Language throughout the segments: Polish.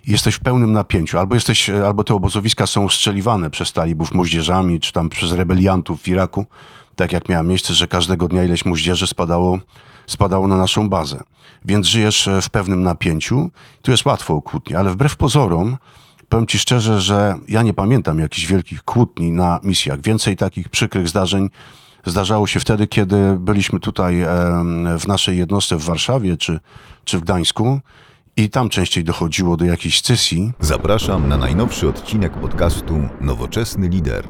jesteś w pełnym napięciu. Albo te obozowiska są strzeliwane przez talibów moździerzami, czy tam przez rebeliantów w Iraku, tak jak miało miejsce, że każdego dnia ileś moździerzy spadało na naszą bazę. Więc żyjesz w pewnym napięciu. Tu jest łatwo o kłótnie, ale wbrew pozorom, powiem ci szczerze, że ja nie pamiętam jakichś wielkich kłótni na misjach. Więcej takich przykrych zdarzeń zdarzało się wtedy, kiedy byliśmy tutaj w naszej jednostce w Warszawie czy w Gdańsku i tam częściej dochodziło do jakichś scysji. Zapraszam na najnowszy odcinek podcastu Nowoczesny Lider.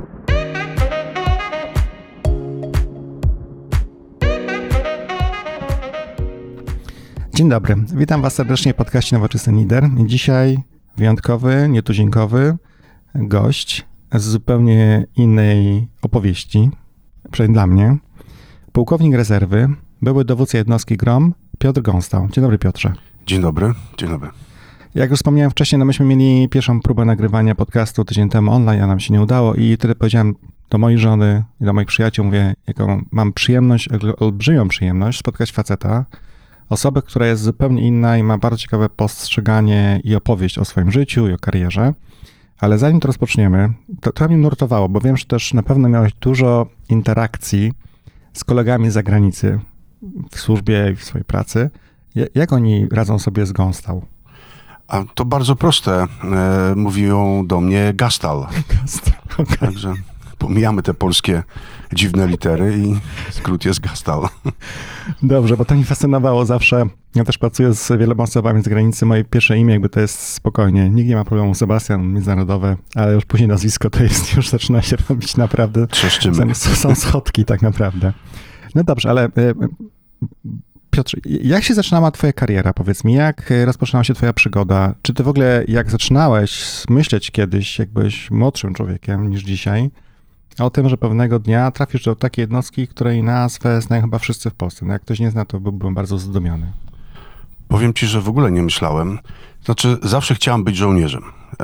Dzień dobry, witam Was serdecznie w podcaście Nowoczesny Lider. Dzisiaj wyjątkowy, nietuzinkowy gość z zupełnie innej opowieści, przynajmniej dla mnie. Pułkownik rezerwy, były dowódca jednostki GROM, Piotr Gąstał. Dzień dobry, Piotrze. Dzień dobry, dzień dobry. Jak już wspomniałem wcześniej, myśmy mieli pierwszą próbę nagrywania podcastu tydzień temu online, a nam się nie udało i wtedy powiedziałem do mojej żony i do moich przyjaciół, mówię, jaką mam przyjemność, olbrzymią przyjemność spotkać faceta, osobę, która jest zupełnie inna i ma bardzo ciekawe postrzeganie i opowieść o swoim życiu i o karierze. Ale zanim to rozpoczniemy, to mnie nurtowało, bo wiem, że też na pewno miałeś dużo interakcji z kolegami z zagranicy w służbie i w swojej pracy. Jak oni radzą sobie z Gąstał? A to bardzo proste. Mówią do mnie Gastal. Okay. Także pomijamy te polskie dziwne litery i skrót jest Gastal. Dobrze, bo to mnie fascynowało zawsze. Ja też pracuję z wieloma osobami z granicy. Moje pierwsze imię jakby to jest spokojnie. Nikt nie ma problemu. Sebastian, międzynarodowe, ale już później nazwisko to jest, już zaczyna się robić naprawdę. Trzeszczymy. Są schodki tak naprawdę. No dobrze, ale Piotrze, jak się zaczynała twoja kariera? Powiedz mi, jak rozpoczynała się twoja przygoda? Czy ty w ogóle, jak zaczynałeś myśleć kiedyś, jak byłeś młodszym człowiekiem niż dzisiaj, o tym, że pewnego dnia trafisz do takiej jednostki, której nazwę znają chyba wszyscy w Polsce. No jak ktoś nie zna, to byłbym bardzo zdumiony. Powiem ci, że w ogóle nie myślałem. Znaczy, zawsze chciałem być żołnierzem.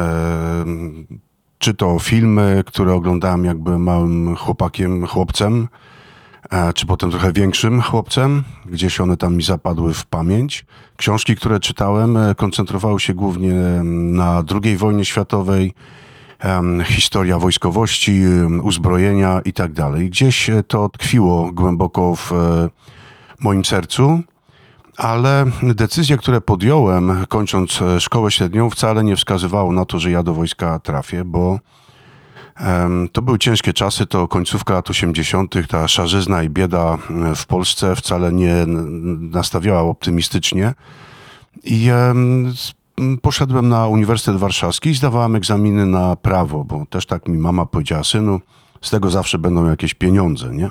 Czy to filmy, które oglądałem jakby małym chłopcem, czy potem trochę większym chłopcem. Gdzieś one tam mi zapadły w pamięć. Książki, które czytałem, koncentrowały się głównie na II wojnie światowej, historia wojskowości, uzbrojenia i tak dalej. Gdzieś to tkwiło głęboko w moim sercu, ale decyzje, które podjąłem, kończąc szkołę średnią, wcale nie wskazywało na to, że ja do wojska trafię, bo to były ciężkie czasy, to końcówka lat 80., ta szarzyzna i bieda w Polsce wcale nie nastawiała optymistycznie. I poszedłem na Uniwersytet Warszawski i zdawałem egzaminy na prawo, bo też tak mi mama powiedziała, synu, z tego zawsze będą jakieś pieniądze, nie?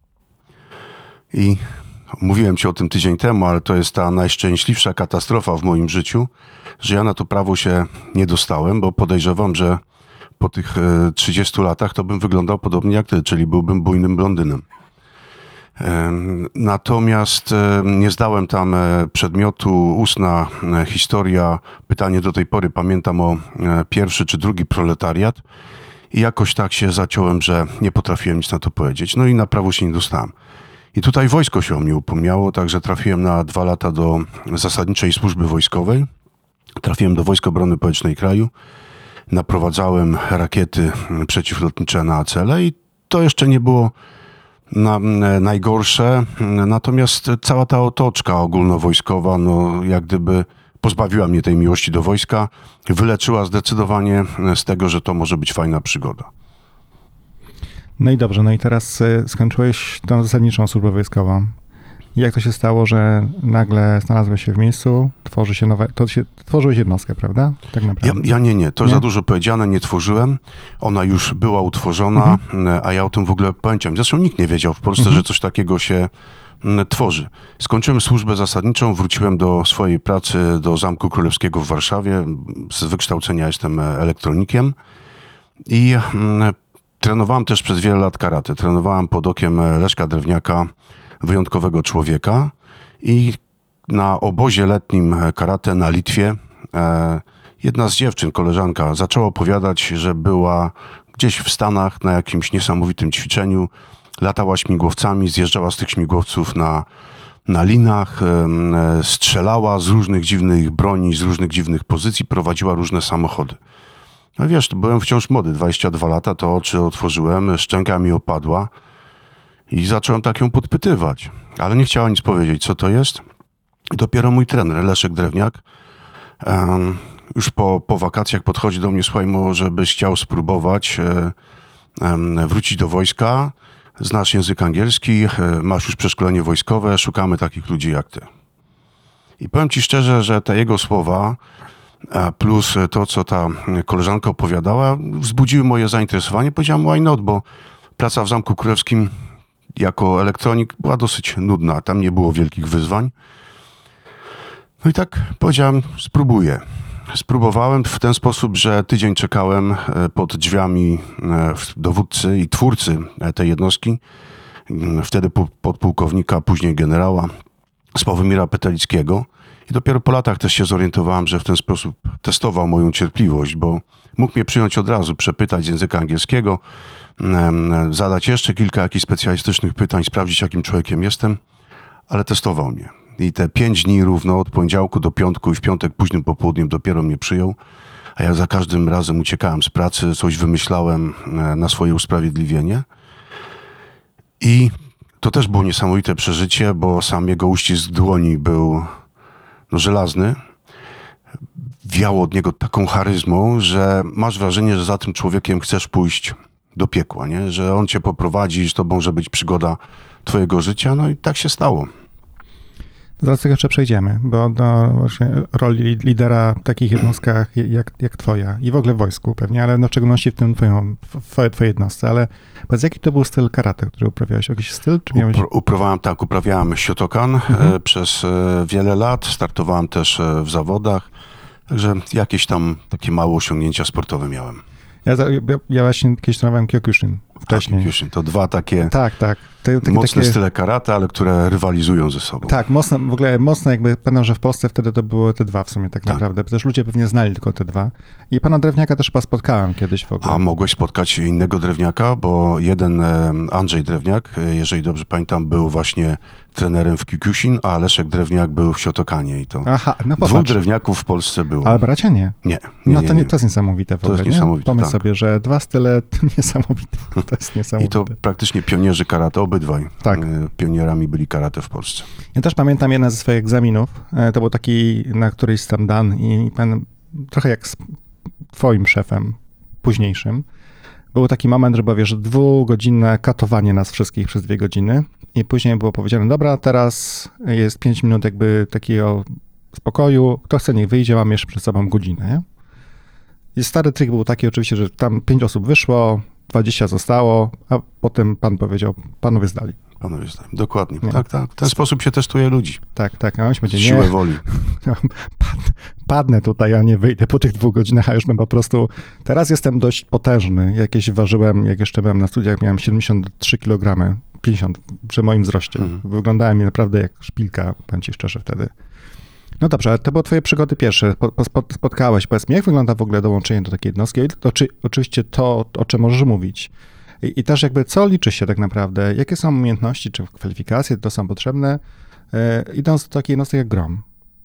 I mówiłem ci o tym tydzień temu, ale to jest ta najszczęśliwsza katastrofa w moim życiu, że ja na to prawo się nie dostałem, bo podejrzewam, że po tych 30 latach to bym wyglądał podobnie jak ty, czyli byłbym bujnym blondynem. Natomiast nie zdałem tam przedmiotu ustna historia. Pytanie do tej pory pamiętam o pierwszy czy drugi proletariat i jakoś tak się zaciąłem, że nie potrafiłem nic na to powiedzieć. No i na prawo się nie dostałem. I tutaj wojsko się o mnie upomniało, także trafiłem na 2 lata do zasadniczej służby wojskowej. Trafiłem do Wojsk Obrony Powietrznej kraju. Naprowadzałem rakiety przeciwlotnicze na cele i to jeszcze nie było najgorsze, natomiast cała ta otoczka ogólnowojskowa, no jak gdyby pozbawiła mnie tej miłości do wojska, wyleczyła zdecydowanie z tego, że to może być fajna przygoda. No i dobrze, no i teraz skończyłeś tą zasadniczą służbę wojskową. I jak to się stało, że nagle znalazłeś się w miejscu, tworzyłeś jednostkę, prawda? Tak naprawdę. Ja nie. To za dużo powiedziane, nie tworzyłem. Ona już była utworzona, a ja o tym w ogóle pamiętam. Zresztą nikt nie wiedział w Polsce, że coś takiego się tworzy. Skończyłem służbę zasadniczą, wróciłem do swojej pracy do Zamku Królewskiego w Warszawie. Z wykształcenia jestem elektronikiem i trenowałem też przez wiele lat karate. Trenowałem pod okiem Leszka Drewniaka, wyjątkowego człowieka i na obozie letnim karate na Litwie jedna z dziewczyn, koleżanka, zaczęła opowiadać, że była gdzieś w Stanach na jakimś niesamowitym ćwiczeniu, latała śmigłowcami, zjeżdżała z tych śmigłowców na linach, strzelała z różnych dziwnych broni, z różnych dziwnych pozycji, prowadziła różne samochody. No wiesz, to byłem wciąż młody, 22 lata, to oczy otworzyłem, szczęka mi opadła i zacząłem tak ją podpytywać. Ale nie chciała nic powiedzieć, co to jest. I dopiero mój trener, Leszek Drewniak, już po wakacjach podchodzi do mnie, słuchaj, może byś chciał spróbować wrócić do wojska, znasz język angielski, masz już przeszkolenie wojskowe, szukamy takich ludzi jak ty. I powiem ci szczerze, że te jego słowa plus to, co ta koleżanka opowiadała, wzbudziły moje zainteresowanie. Powiedziałem why not, bo praca w Zamku Królewskim jako elektronik była dosyć nudna, tam nie było wielkich wyzwań. No i tak powiedziałem, spróbuję. Spróbowałem w ten sposób, że tydzień czekałem pod drzwiami dowódcy i twórcy tej jednostki, wtedy podpułkownika, później generała Sławomira Petelickiego. I dopiero po latach też się zorientowałem, że w ten sposób testował moją cierpliwość, bo mógł mnie przyjąć od razu, przepytać z języka angielskiego, zadać jeszcze kilka jakichś specjalistycznych pytań, sprawdzić, jakim człowiekiem jestem, ale testował mnie. I te 5 dni równo, od poniedziałku do piątku i w piątek późnym popołudniem dopiero mnie przyjął, a ja za każdym razem uciekałem z pracy, coś wymyślałem na swoje usprawiedliwienie. I to też było niesamowite przeżycie, bo sam jego uścisk dłoni był żelazny. Wiało od niego taką charyzmą, że masz wrażenie, że za tym człowiekiem chcesz pójść do piekła, nie? Że on cię poprowadzi, że to może być przygoda twojego życia. No i tak się stało. Zaraz tego jeszcze przejdziemy, bo do właśnie roli lidera w takich jednostkach jak twoja i w ogóle w wojsku pewnie, ale w szczególności w tym twojej jednostce, ale powiedz, jaki to był styl karate, który uprawiałeś? Jakiś styl? Czy miałeś... Uprawiałem Shotokan przez wiele lat, startowałem też w zawodach, także jakieś tam takie małe osiągnięcia sportowe miałem. Ja właśnie kiedyś trenowałem Kyokushin wcześniej. Kyokushin to dwa takie Tak. mocne style karate, ale które rywalizują ze sobą. Tak, w ogóle mocno jakby, pamiętam, że w Polsce wtedy to były te dwa w sumie tak naprawdę. Też ludzie pewnie znali tylko te dwa. I pana Drewniaka też chyba spotkałem kiedyś w ogóle. A mogłeś spotkać innego Drewniaka, bo jeden Andrzej Drewniak, jeżeli dobrze pamiętam, był właśnie trenerem w Kyokushin, a Leszek Drewniak był w Shotokanie i to dwóch Drewniaków w Polsce było. Ale bracia nie. Nie. To jest niesamowite w ogóle. To jest niesamowite, Pomyśl sobie, że dwa style to niesamowite. To jest niesamowite. I to praktycznie pionierzy karate, obydwaj. Tak. Pionierami byli karate w Polsce. Ja też pamiętam jeden ze swoich egzaminów. To był taki na któryś tam dan i pan trochę jak z twoim szefem późniejszym. Był taki moment, że było, wiesz, 2-godzinne katowanie nas wszystkich przez 2 godziny i później było powiedziane, dobra, teraz jest 5 minut jakby takiego spokoju, kto chce niech wyjdzie, mam jeszcze przed sobą godzinę, nie? I stary trik był taki oczywiście, że tam 5 osób wyszło, 20 zostało, a potem pan powiedział, panowie zdali. Panowie zdali, dokładnie. Nie. Tak. W ten sposób się testuje ludzi. Tak, a myśmy siłę woli. Padnę tutaj, a nie wyjdę po tych 2 godzinach, a już bym po prostu... Teraz jestem dość potężny. Jakieś ważyłem, jak jeszcze byłem na studiach, miałem 73 kg, 50 przy moim wzroście. Wyglądałem mi naprawdę jak szpilka, powiem ci szczerze wtedy. No dobrze, ale to były twoje przygody pierwsze. Spotkałeś. Powiedz mi, jak wygląda w ogóle dołączenie do takiej jednostki? Oczywiście to, o czym możesz mówić. I też jakby co liczy się tak naprawdę? Jakie są umiejętności czy kwalifikacje, to są potrzebne, idąc do takiej jednostki jak GROM?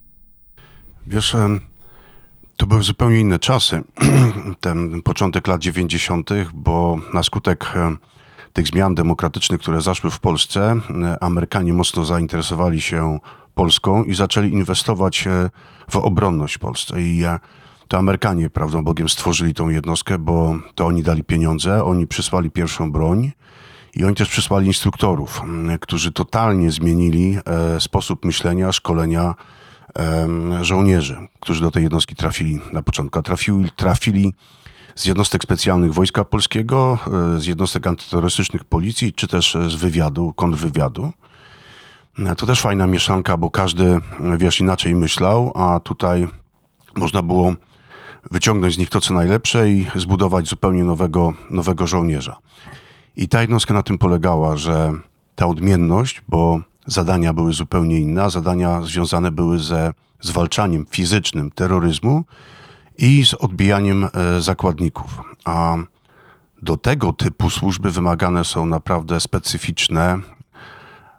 Wiesz, to były zupełnie inne czasy. Ten początek lat 90., bo na skutek tych zmian demokratycznych, które zaszły w Polsce, Amerykanie mocno zainteresowali się Polską i zaczęli inwestować w obronność w Polsce. I to Amerykanie, prawdą Bogiem, stworzyli tą jednostkę, bo to oni dali pieniądze, oni przysłali pierwszą broń i oni też przysłali instruktorów, którzy totalnie zmienili sposób myślenia, szkolenia żołnierzy, którzy do tej jednostki trafili na początku. Trafili z jednostek specjalnych Wojska Polskiego, z jednostek antyterrorystycznych policji, czy też z wywiadu, kontrwywiadu. To też fajna mieszanka, bo każdy, wiesz, inaczej myślał, a tutaj można było wyciągnąć z nich to, co najlepsze i zbudować zupełnie nowego żołnierza. I ta jednostka na tym polegała, że ta odmienność, bo zadania były zupełnie inne, a zadania związane były ze zwalczaniem fizycznym terroryzmu i z odbijaniem zakładników. A do tego typu służby wymagane są naprawdę specyficzne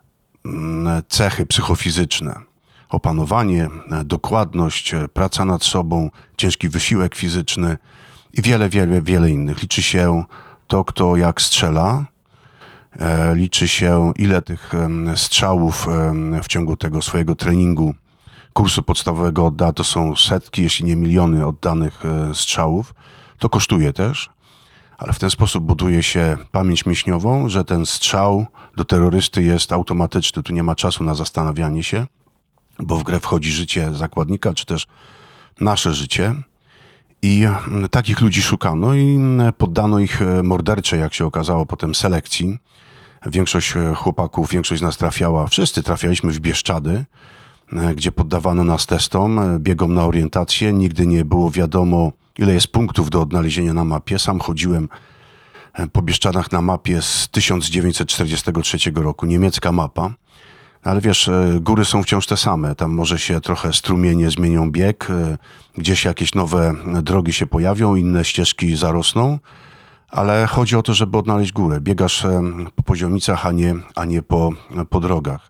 cechy psychofizyczne. Opanowanie, dokładność, praca nad sobą, ciężki wysiłek fizyczny i wiele innych. Liczy się to, kto jak strzela, liczy się ile tych strzałów w ciągu tego swojego treningu, kursu podstawowego odda. To są setki, jeśli nie miliony oddanych strzałów. To kosztuje też, ale w ten sposób buduje się pamięć mięśniową, że ten strzał do terrorysty jest automatyczny. Tu nie ma czasu na zastanawianie się, bo w grę wchodzi życie zakładnika, czy też nasze życie. I takich ludzi szukano i poddano ich morderczej, jak się okazało, potem selekcji. Większość chłopaków, większość z nas trafiała, wszyscy trafialiśmy w Bieszczady, gdzie poddawano nas testom, biegom na orientację. Nigdy nie było wiadomo, ile jest punktów do odnalezienia na mapie. Sam chodziłem po Bieszczadach na mapie z 1943 roku, niemiecka mapa. Ale wiesz, góry są wciąż te same. Tam może się trochę strumienie zmienią bieg, gdzieś jakieś nowe drogi się pojawią, inne ścieżki zarosną, ale chodzi o to, żeby odnaleźć górę. Biegasz po poziomicach, a nie po drogach.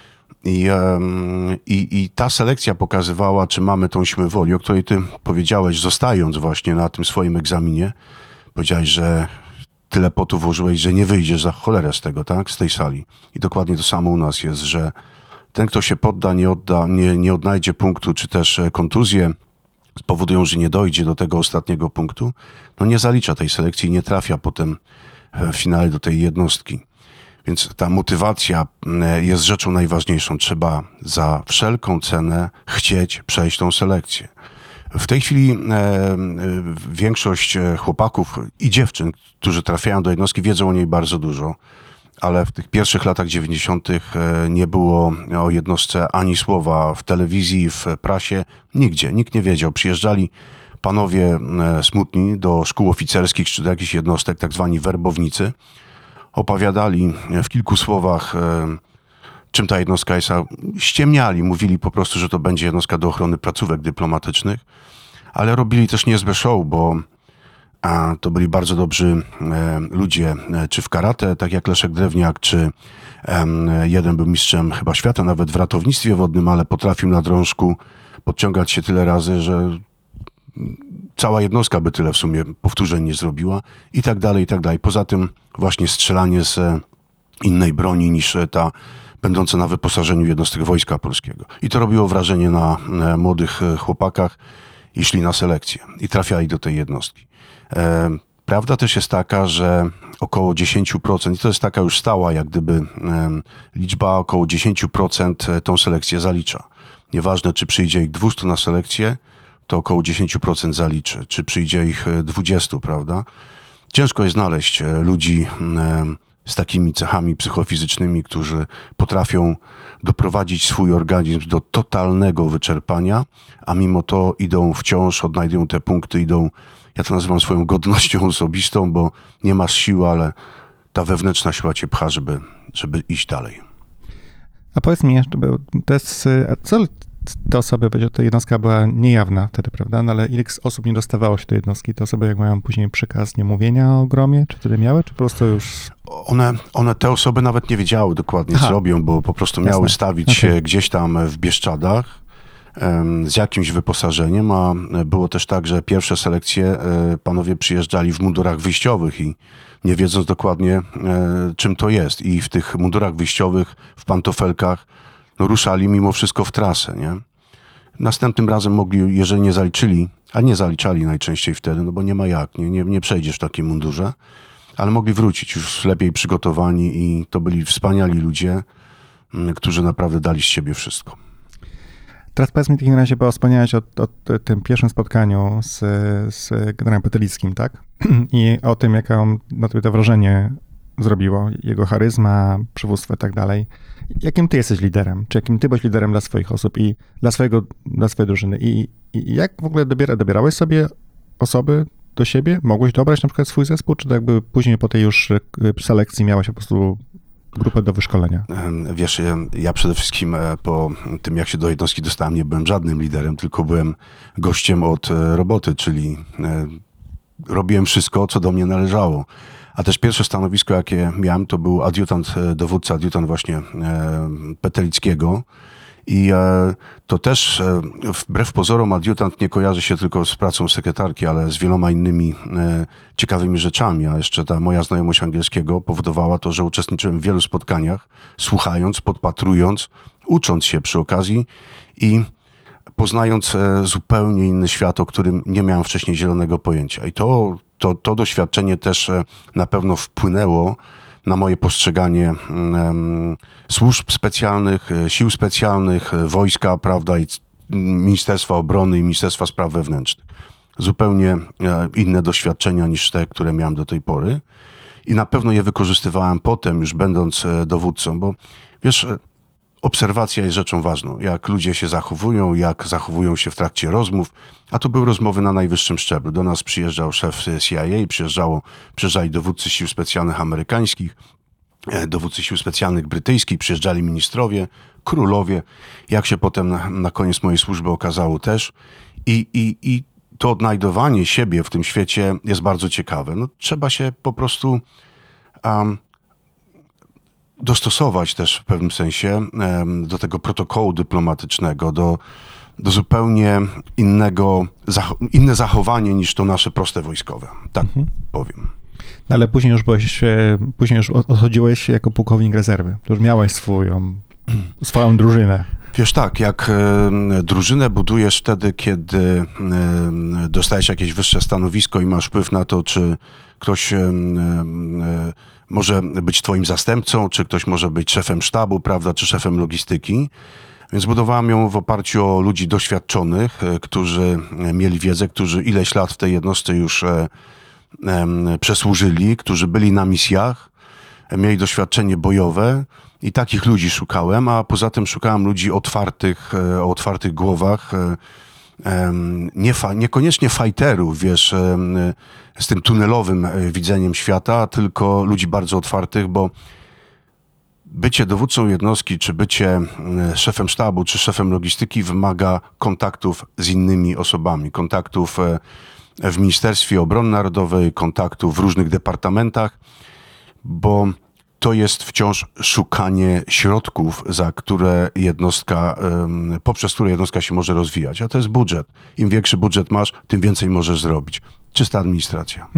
I ta selekcja pokazywała, czy mamy tą siłę woli, o której ty powiedziałeś, zostając właśnie na tym swoim egzaminie. Powiedziałeś, że tyle potu włożyłeś, że nie wyjdziesz za cholerę z tego, tak? Z tej sali. I dokładnie to samo u nas jest, że ten, kto się podda, nie odnajdzie punktu, czy też kontuzje spowodują, że nie dojdzie do tego ostatniego punktu, no nie zalicza tej selekcji i nie trafia potem w finale do tej jednostki. Więc ta motywacja jest rzeczą najważniejszą. Trzeba za wszelką cenę chcieć przejść tą selekcję. W tej chwili większość chłopaków i dziewczyn, którzy trafiają do jednostki, wiedzą o niej bardzo dużo, ale w tych pierwszych latach 90. nie było o jednostce ani słowa w telewizji, w prasie, nigdzie. Nikt nie wiedział. Przyjeżdżali panowie smutni do szkół oficerskich czy do jakichś jednostek, tak zwani werbownicy, opowiadali w kilku słowach, czym ta jednostka jest, a ściemniali, mówili po prostu, że to będzie jednostka do ochrony placówek dyplomatycznych, ale robili też niezłe show, bo to byli bardzo dobrzy ludzie, czy w karate, tak jak Leszek Drewniak, czy jeden był mistrzem chyba świata, nawet w ratownictwie wodnym, ale potrafił na drążku podciągać się tyle razy, że cała jednostka by tyle w sumie powtórzeń nie zrobiła i tak dalej, i tak dalej. Poza tym właśnie strzelanie z innej broni niż ta będąca na wyposażeniu jednostek Wojska Polskiego. I to robiło wrażenie na młodych chłopakach i szli na selekcję i trafiali do tej jednostki. Prawda też jest taka, że około 10%, i to jest taka już stała jak gdyby liczba, około 10% tą selekcję zalicza. Nieważne, czy przyjdzie ich 200 na selekcję, to około 10% zaliczy. Czy przyjdzie ich 20, prawda? Ciężko jest znaleźć ludzi z takimi cechami psychofizycznymi, którzy potrafią doprowadzić swój organizm do totalnego wyczerpania, a mimo to idą wciąż, odnajdują te punkty, idą, ja to nazywam swoją godnością osobistą, bo nie masz siły, ale ta wewnętrzna siła cię pcha, żeby iść dalej. A powiedz mi jeszcze, bo to jest, co te osoby, będzie ta jednostka była niejawna wtedy, prawda? No ale ile osób nie dostawało się do jednostki? Te osoby, jak mają później przykaz niemówienia o gromie, czy wtedy miały, czy po prostu już... Te osoby nawet nie wiedziały dokładnie, co robią, bo po prostu miały stawić się gdzieś tam w Bieszczadach z jakimś wyposażeniem, a było też tak, że pierwsze selekcje panowie przyjeżdżali w mundurach wyjściowych i nie wiedząc dokładnie, czym to jest. I w tych mundurach wyjściowych, w pantofelkach, no, ruszali mimo wszystko w trasę, nie? Następnym razem mogli, jeżeli nie zaliczyli, a nie zaliczali najczęściej wtedy, no bo nie ma jak, nie przejdziesz w takim mundurze, ale mogli wrócić już lepiej przygotowani i to byli wspaniali ludzie, którzy naprawdę dali z siebie wszystko. Teraz powiedz mi w takim razie, bo wspomniałeś o tym pierwszym spotkaniu z generałem Petelickim, tak? I o tym, jakie na tobie to wrażenie zrobiło, jego charyzma, przywództwo i tak dalej. Jakim ty jesteś liderem? Czy jakim ty byłeś liderem dla swoich osób i dla swojej drużyny? I jak w ogóle dobierałeś sobie osoby do siebie? Mogłeś dobrać na przykład swój zespół, czy to jakby później po tej już selekcji miałeś po prostu grupę do wyszkolenia? Wiesz, ja przede wszystkim po tym, jak się do jednostki dostałem, nie byłem żadnym liderem, tylko byłem gościem od roboty, czyli robiłem wszystko, co do mnie należało. A też pierwsze stanowisko, jakie miałem, to był adiutant dowódca, adiutant właśnie Petelickiego. I to też wbrew pozorom adiutant nie kojarzy się tylko z pracą sekretarki, ale z wieloma innymi ciekawymi rzeczami. A jeszcze ta moja znajomość angielskiego powodowała to, że uczestniczyłem w wielu spotkaniach, słuchając, podpatrując, ucząc się przy okazji i poznając zupełnie inny świat, o którym nie miałem wcześniej zielonego pojęcia. I to doświadczenie też na pewno wpłynęło na moje postrzeganie służb specjalnych, sił specjalnych, wojska, prawda, i Ministerstwa Obrony i Ministerstwa Spraw Wewnętrznych. Zupełnie inne doświadczenia niż te, które miałem do tej pory. I na pewno je wykorzystywałem potem, już będąc dowódcą, bo wiesz, obserwacja jest rzeczą ważną. Jak ludzie się zachowują, jak zachowują się w trakcie rozmów, a to były rozmowy na najwyższym szczeblu. Do nas przyjeżdżał szef CIA, przyjeżdżali dowódcy sił specjalnych amerykańskich, dowódcy sił specjalnych brytyjskich, przyjeżdżali ministrowie, królowie, jak się potem na koniec mojej służby okazało też. I to odnajdowanie siebie w tym świecie jest bardzo ciekawe. No, trzeba się po prostu dostosować też w pewnym sensie do tego protokołu dyplomatycznego, do zupełnie inne zachowanie niż to nasze proste wojskowe. Tak powiem. Ale później już odchodziłeś jako pułkownik rezerwy. To już miałeś swoją drużynę. Wiesz tak, jak drużynę budujesz wtedy, kiedy dostajesz jakieś wyższe stanowisko i masz wpływ na to, czy ktoś może być twoim zastępcą, czy ktoś może być szefem sztabu, prawda, czy szefem logistyki. Więc budowałem ją w oparciu o ludzi doświadczonych, którzy mieli wiedzę, którzy ileś lat w tej jednostce już przesłużyli, którzy byli na misjach, mieli doświadczenie bojowe i takich ludzi szukałem, a poza tym szukałem ludzi o otwartych głowach, niekoniecznie fighterów, wiesz, z tym tunelowym widzeniem świata, tylko ludzi bardzo otwartych, bo bycie dowódcą jednostki, czy bycie szefem sztabu, czy szefem logistyki wymaga kontaktów z innymi osobami, kontaktów w Ministerstwie Obrony Narodowej, kontaktów w różnych departamentach, bo to jest wciąż szukanie środków, poprzez które jednostka się może rozwijać. A to jest budżet. Im większy budżet masz, tym więcej możesz zrobić. Czysta administracja.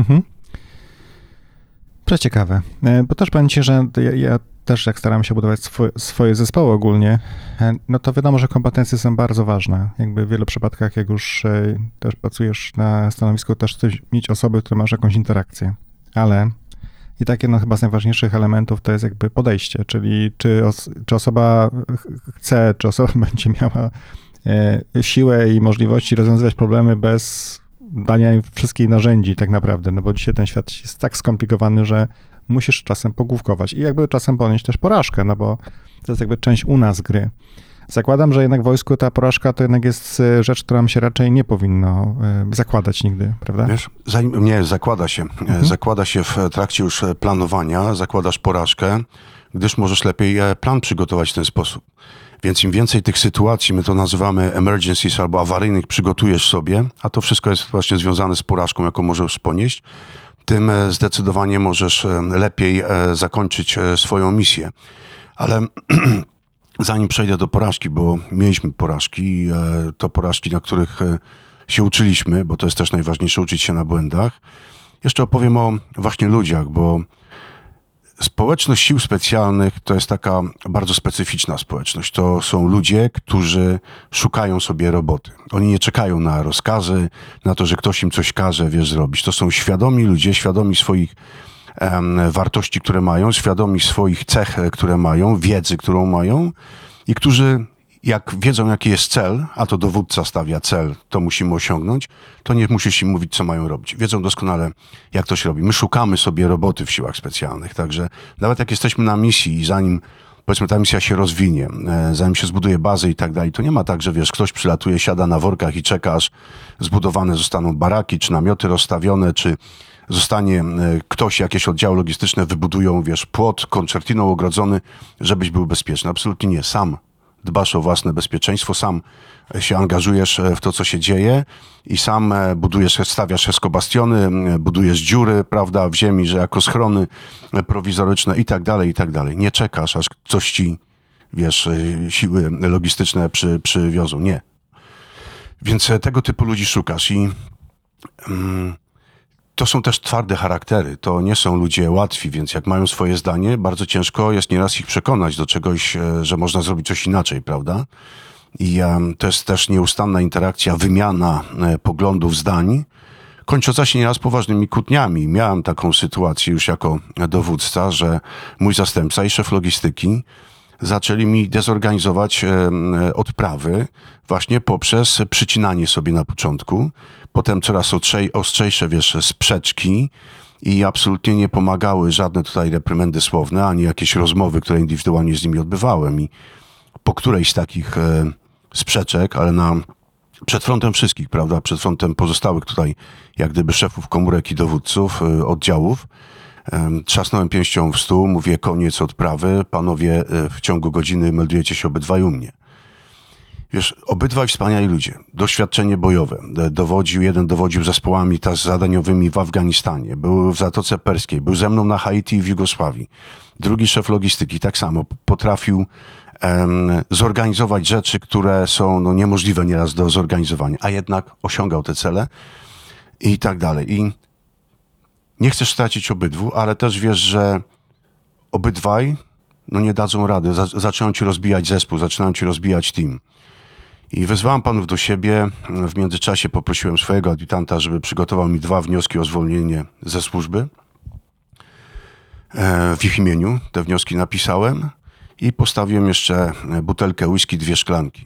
Przeciekawe. Bo też powiem ci, że ja też jak staram się budować swoje zespoły ogólnie, no to wiadomo, że kompetencje są bardzo ważne. Jakby w wielu przypadkach, jak już też pracujesz na stanowisku, też chcesz mieć osoby, które masz jakąś interakcję. Ale i takie no chyba z najważniejszych elementów to jest jakby podejście, czyli czy osoba chce, czy osoba będzie miała siłę i możliwości rozwiązywać problemy bez dania im wszystkich narzędzi tak naprawdę, no bo dzisiaj ten świat jest tak skomplikowany, że musisz czasem pogłówkować i jakby czasem ponieść też porażkę, no bo to jest jakby część u nas gry. Zakładam, że jednak w wojsku ta porażka to jednak jest rzecz, która się raczej nie powinno zakładać nigdy, prawda? Wiesz, zakłada się. Zakłada się w trakcie już planowania, zakładasz porażkę, gdyż możesz lepiej plan przygotować w ten sposób. Więc im więcej tych sytuacji, my to nazywamy emergencies albo awaryjnych, przygotujesz sobie, a to wszystko jest właśnie związane z porażką, jaką możesz ponieść, tym zdecydowanie możesz lepiej zakończyć swoją misję. Ale zanim przejdę do porażki, bo mieliśmy porażki, to porażki, na których się uczyliśmy, bo to jest też najważniejsze, uczyć się na błędach. Jeszcze opowiem o właśnie ludziach, bo społeczność sił specjalnych to jest taka bardzo specyficzna społeczność. To są ludzie, którzy szukają sobie roboty. Oni nie czekają na rozkazy, na to, że ktoś im coś każe, zrobić. To są świadomi ludzie, świadomi swoich wartości, które mają, świadomi swoich cech, które mają, wiedzy, którą mają i którzy jak wiedzą, jaki jest cel, a to dowódca stawia cel, to musimy osiągnąć, to nie musisz im mówić, co mają robić. Wiedzą doskonale, jak to się robi. My szukamy sobie roboty w siłach specjalnych, także nawet jak jesteśmy na misji i zanim, powiedzmy, ta misja się rozwinie, zanim się zbuduje bazę i tak dalej, to nie ma tak, że ktoś przylatuje, siada na workach i czeka, aż zbudowane zostaną baraki, czy namioty rozstawione, czy zostanie ktoś, jakieś oddziały logistyczne wybudują, płot koncertiną ogrodzony, żebyś był bezpieczny. Absolutnie nie. Sam dbasz o własne bezpieczeństwo, sam się angażujesz w to, co się dzieje i sam stawiasz eskobastiony, budujesz dziury, prawda, w ziemi, że jako schrony prowizoryczne i tak dalej, i tak dalej. Nie czekasz, aż coś ci, wiesz, siły logistyczne przywiozą. Nie. Więc tego typu ludzi szukasz i to są też twarde charaktery. To nie są ludzie łatwi, więc jak mają swoje zdanie, bardzo ciężko jest nieraz ich przekonać do czegoś, że można zrobić coś inaczej, prawda? I to jest też nieustanna interakcja, wymiana poglądów, zdań, kończąca się nieraz poważnymi kłótniami. Miałem taką sytuację już jako dowódca, że mój zastępca i szef logistyki zaczęli mi dezorganizować odprawy właśnie poprzez przycinanie sobie na początku, potem coraz ostrzejsze, wiesz, sprzeczki i absolutnie nie pomagały żadne tutaj reprymendy słowne, ani jakieś rozmowy, które indywidualnie z nimi odbywałem i po którejś z takich sprzeczek, ale przed frontem wszystkich, prawda, przed frontem pozostałych tutaj jak gdyby szefów komórek i dowódców oddziałów, trzasnąłem pięścią w stół, mówię koniec odprawy, panowie w ciągu godziny meldujecie się obydwaj u mnie. Wiesz, obydwaj wspaniali ludzie, doświadczenie bojowe. Jeden dowodził zespołami zadaniowymi w Afganistanie, był w Zatoce Perskiej, był ze mną na Haiti i w Jugosławii. Drugi szef logistyki tak samo potrafił zorganizować rzeczy, które są niemożliwe nieraz do zorganizowania, a jednak osiągał te cele i tak dalej. I nie chcesz stracić obydwu, ale też wiesz, że obydwaj nie dadzą rady. Zaczynają ci rozbijać zespół, zaczynają ci rozbijać team. I wezwałem panów do siebie. W międzyczasie poprosiłem swojego adiutanta, żeby przygotował mi 2 wnioski o zwolnienie ze służby. W ich imieniu te wnioski napisałem i postawiłem jeszcze butelkę whisky, 2 szklanki.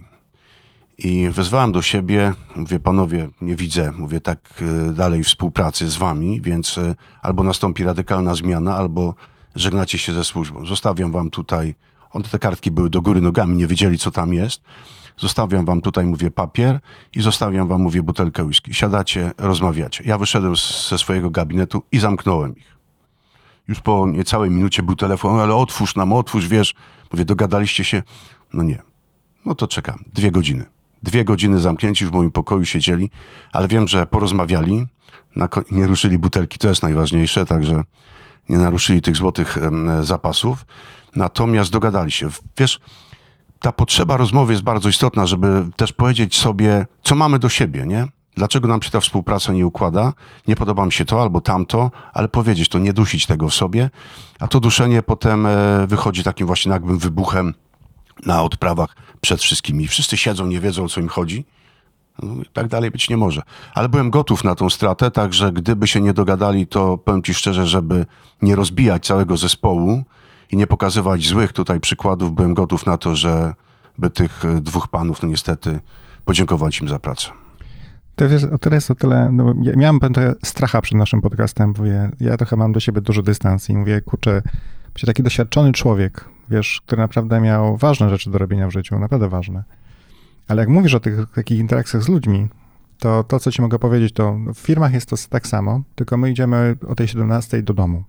I wezwałem do siebie, mówię, panowie, nie widzę, mówię, tak dalej współpracy z wami, więc albo nastąpi radykalna zmiana, albo żegnacie się ze służbą. Zostawiam wam tutaj, te kartki były do góry nogami, nie wiedzieli, co tam jest. Zostawiam wam tutaj, mówię, papier i zostawiam wam, mówię, butelkę whisky. Siadacie, rozmawiacie. Ja wyszedłem ze swojego gabinetu i zamknąłem ich. Już po niecałej minucie był telefon, ale otwórz, wiesz. Mówię, dogadaliście się? No nie. No to czekam. 2 godziny. 2 godziny zamknięci w moim pokoju siedzieli, ale wiem, że porozmawiali, nie ruszyli butelki, to jest najważniejsze, także nie naruszyli tych złotych zapasów. Natomiast dogadali się. Wiesz, ta potrzeba rozmowy jest bardzo istotna, żeby też powiedzieć sobie, co mamy do siebie, nie? Dlaczego nam się ta współpraca nie układa? Nie podoba mi się to albo tamto, ale powiedzieć to, nie dusić tego w sobie, a to duszenie potem wychodzi takim właśnie nagłym wybuchem na odprawach przed wszystkimi. Wszyscy siedzą, nie wiedzą, o co im chodzi. Tak dalej być nie może. Ale byłem gotów na tą stratę, także gdyby się nie dogadali, to powiem ci szczerze, żeby nie rozbijać całego zespołu i nie pokazywać złych tutaj przykładów, byłem gotów na to, żeby tych 2 panów, niestety, podziękować im za pracę. To jest o tyle, ja miałem trochę stracha przed naszym podcastem, mówię, ja trochę mam do siebie duży dystans i mówię, kurczę, taki doświadczony człowiek, wiesz, który naprawdę miał ważne rzeczy do robienia w życiu, naprawdę ważne. Ale jak mówisz o tych takich interakcjach z ludźmi, to co ci mogę powiedzieć, to w firmach jest to tak samo, tylko my idziemy o tej 17 do domu.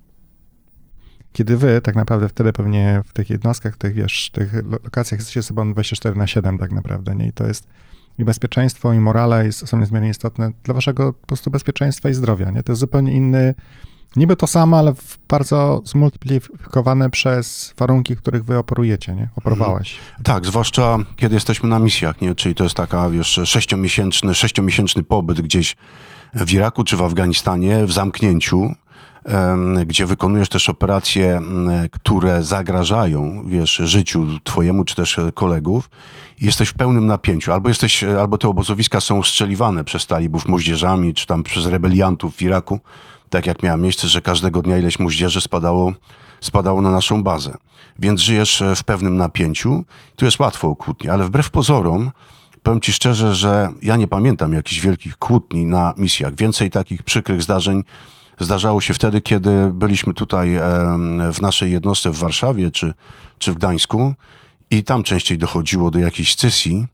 Kiedy wy tak naprawdę wtedy pewnie w tych jednostkach, tych lokacjach jesteście sobą 24/7 tak naprawdę, nie? I to jest i bezpieczeństwo, i morale są niezmiernie istotne dla waszego po prostu bezpieczeństwa i zdrowia, nie? To jest zupełnie inny, niby to samo, ale bardzo zmultiplikowane przez warunki, w których wy operujecie, nie? Operowałeś. Tak, zwłaszcza kiedy jesteśmy na misjach, nie? Czyli to jest taka, wiesz, 6-miesięczny pobyt gdzieś w Iraku czy w Afganistanie w zamknięciu, gdzie wykonujesz też operacje, które zagrażają, wiesz, życiu twojemu czy też kolegów. Jesteś w pełnym napięciu. Albo te obozowiska są strzeliwane przez talibów moździerzami, czy tam przez rebeliantów w Iraku. Tak jak miało miejsce, że każdego dnia ileś moździerzy spadało na naszą bazę. Więc żyjesz w pewnym napięciu. Tu jest łatwo o kłótnie, ale wbrew pozorom, powiem ci szczerze, że ja nie pamiętam jakichś wielkich kłótni na misjach. Więcej takich przykrych zdarzeń zdarzało się wtedy, kiedy byliśmy tutaj w naszej jednostce w Warszawie czy w Gdańsku i tam częściej dochodziło do jakichś scysji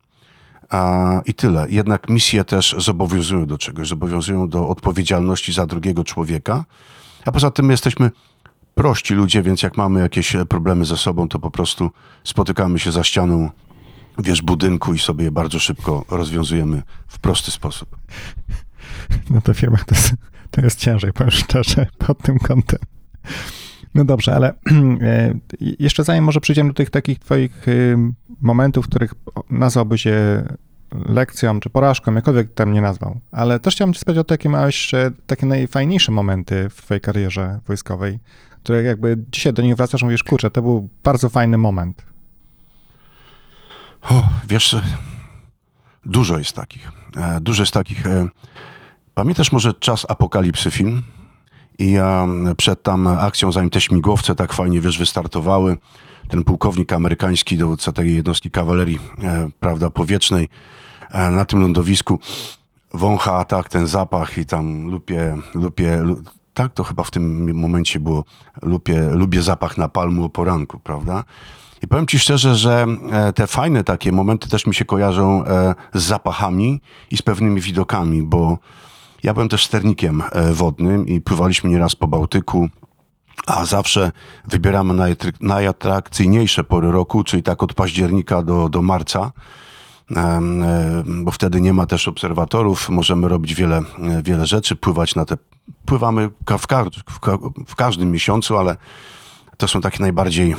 i tyle. Jednak misje też zobowiązują do czegoś, zobowiązują do odpowiedzialności za drugiego człowieka, a poza tym my jesteśmy prości ludzie, więc jak mamy jakieś problemy ze sobą, to po prostu spotykamy się za ścianą budynku i sobie je bardzo szybko rozwiązujemy w prosty sposób. No to firma to jest ciężej, powiem szczerze, pod tym kątem. No dobrze, ale jeszcze zanim może przejdziemy do tych takich twoich momentów, których nazwałbyś je lekcją czy porażką, jakkolwiek tam nie nazwał, ale też chciałem cię spytać o to, jakie miałeś takie najfajniejsze momenty w twojej karierze wojskowej, które jakby dzisiaj do nich wracasz i mówisz, kurczę, to był bardzo fajny moment. Wiesz, dużo jest takich. Pamiętasz może Czas Apokalipsy film? I ja przed tam akcją, zanim te śmigłowce tak fajnie, wystartowały, ten pułkownik amerykański, dowódca tej jednostki kawalerii, powietrznej, na tym lądowisku wącha ten zapach i tam tak to chyba w tym momencie było, lubię zapach napalmu o poranku, prawda? I powiem ci szczerze, że te fajne takie momenty też mi się kojarzą z zapachami i z pewnymi widokami, bo ja byłem też sternikiem wodnym i pływaliśmy nieraz po Bałtyku, a zawsze wybieramy najatrakcyjniejsze pory roku, czyli tak od października do marca, bo wtedy nie ma też obserwatorów, możemy robić wiele rzeczy, pływamy w każdym miesiącu, ale to są takie najbardziej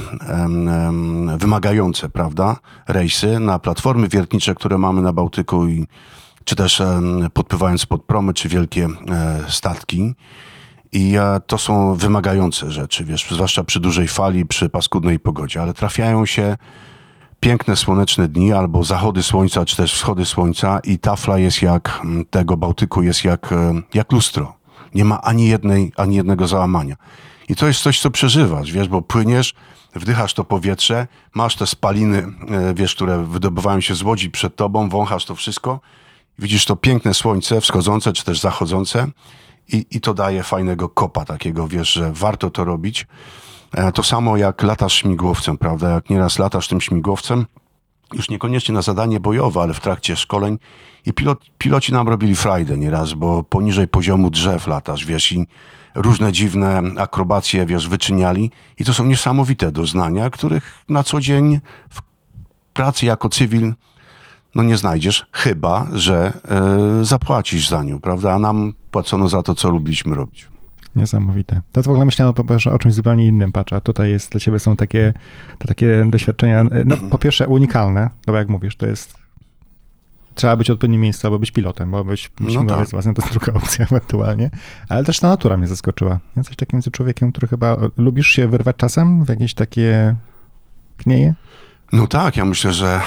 wymagające, prawda, rejsy na platformy wiertnicze, które mamy na Bałtyku czy też podpływając pod promy, czy wielkie statki. I to są wymagające rzeczy, zwłaszcza przy dużej fali, przy paskudnej pogodzie, ale trafiają się piękne, słoneczne dni albo zachody słońca, czy też wschody słońca i tafla jest tego Bałtyku jest jak lustro. Nie ma ani jednego załamania. I to jest coś, co przeżywasz, bo płyniesz, wdychasz to powietrze, masz te spaliny, które wydobywają się z łodzi przed tobą, wąchasz to wszystko, widzisz to piękne słońce wschodzące, czy też zachodzące i to daje fajnego kopa takiego, że warto to robić. To samo jak latasz śmigłowcem, prawda? Jak nieraz latasz tym śmigłowcem, już niekoniecznie na zadanie bojowe, ale w trakcie szkoleń i piloci nam robili frajdę nieraz, bo poniżej poziomu drzew latasz, i różne dziwne akrobacje, wyczyniali i to są niesamowite doznania, których na co dzień w pracy jako cywil nie znajdziesz, chyba że zapłacisz za nią, prawda? A nam płacono za to, co lubiliśmy robić. Niesamowite. To w ogóle myślałem o czymś zupełnie innym, patrz, a tutaj dla ciebie są takie doświadczenia, po pierwsze unikalne, bo jak mówisz, to jest, trzeba być w odpowiednim miejscu, albo być pilotem, bo być śmigłowiec własny to jest druga opcja ewentualnie, ale też ta natura mnie zaskoczyła. Jesteś takim człowiekiem, który chyba, lubisz się wyrwać czasem w jakieś takie knieje? No tak, ja myślę, że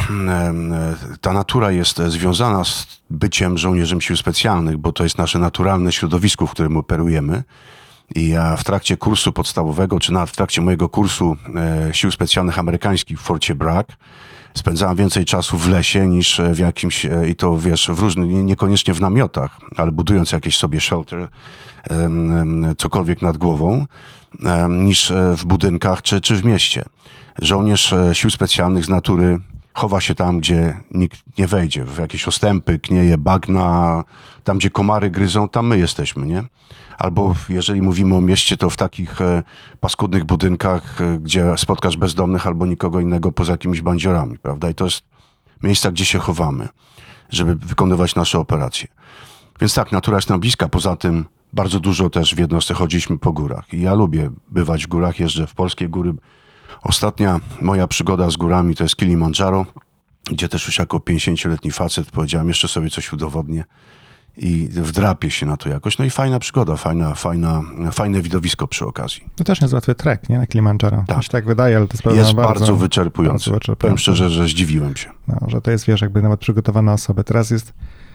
ta natura jest związana z byciem żołnierzem sił specjalnych, bo to jest nasze naturalne środowisko, w którym operujemy. I ja w trakcie kursu podstawowego, czy nawet w trakcie mojego kursu sił specjalnych amerykańskich w Forcie Bragg, spędzałem więcej czasu w lesie niż w jakimś, i to w różnych, niekoniecznie w namiotach, ale budując jakieś sobie shelter, cokolwiek nad głową, niż w budynkach czy w mieście. Żołnierz sił specjalnych z natury chowa się tam, gdzie nikt nie wejdzie, w jakieś ostępy, knieje, bagna, tam gdzie komary gryzą, tam my jesteśmy, nie? Albo jeżeli mówimy o mieście, to w takich paskudnych budynkach, gdzie spotkasz bezdomnych albo nikogo innego poza jakimiś bandziorami, prawda? I to jest miejsca, gdzie się chowamy, żeby wykonywać nasze operacje. Więc tak, natura jest nam bliska. Poza tym bardzo dużo też w jednostce chodziliśmy po górach. I ja lubię bywać w górach, jeżdżę w polskie góry. Ostatnia moja przygoda z górami to jest Kilimandżaro, gdzie też już jako 50-letni facet powiedziałem, jeszcze sobie coś udowodnię i wdrapię się na to jakoś. No i fajna przygoda, fajne widowisko przy okazji. To też jest łatwy trek, nie? Na Kilimandżaro. Tak. To się tak wydaje, ale to jest jest bardzo wyczerpujący. Powiem szczerze, że zdziwiłem się. No, że to jest, jakby nawet przygotowana osoba. Teraz jest,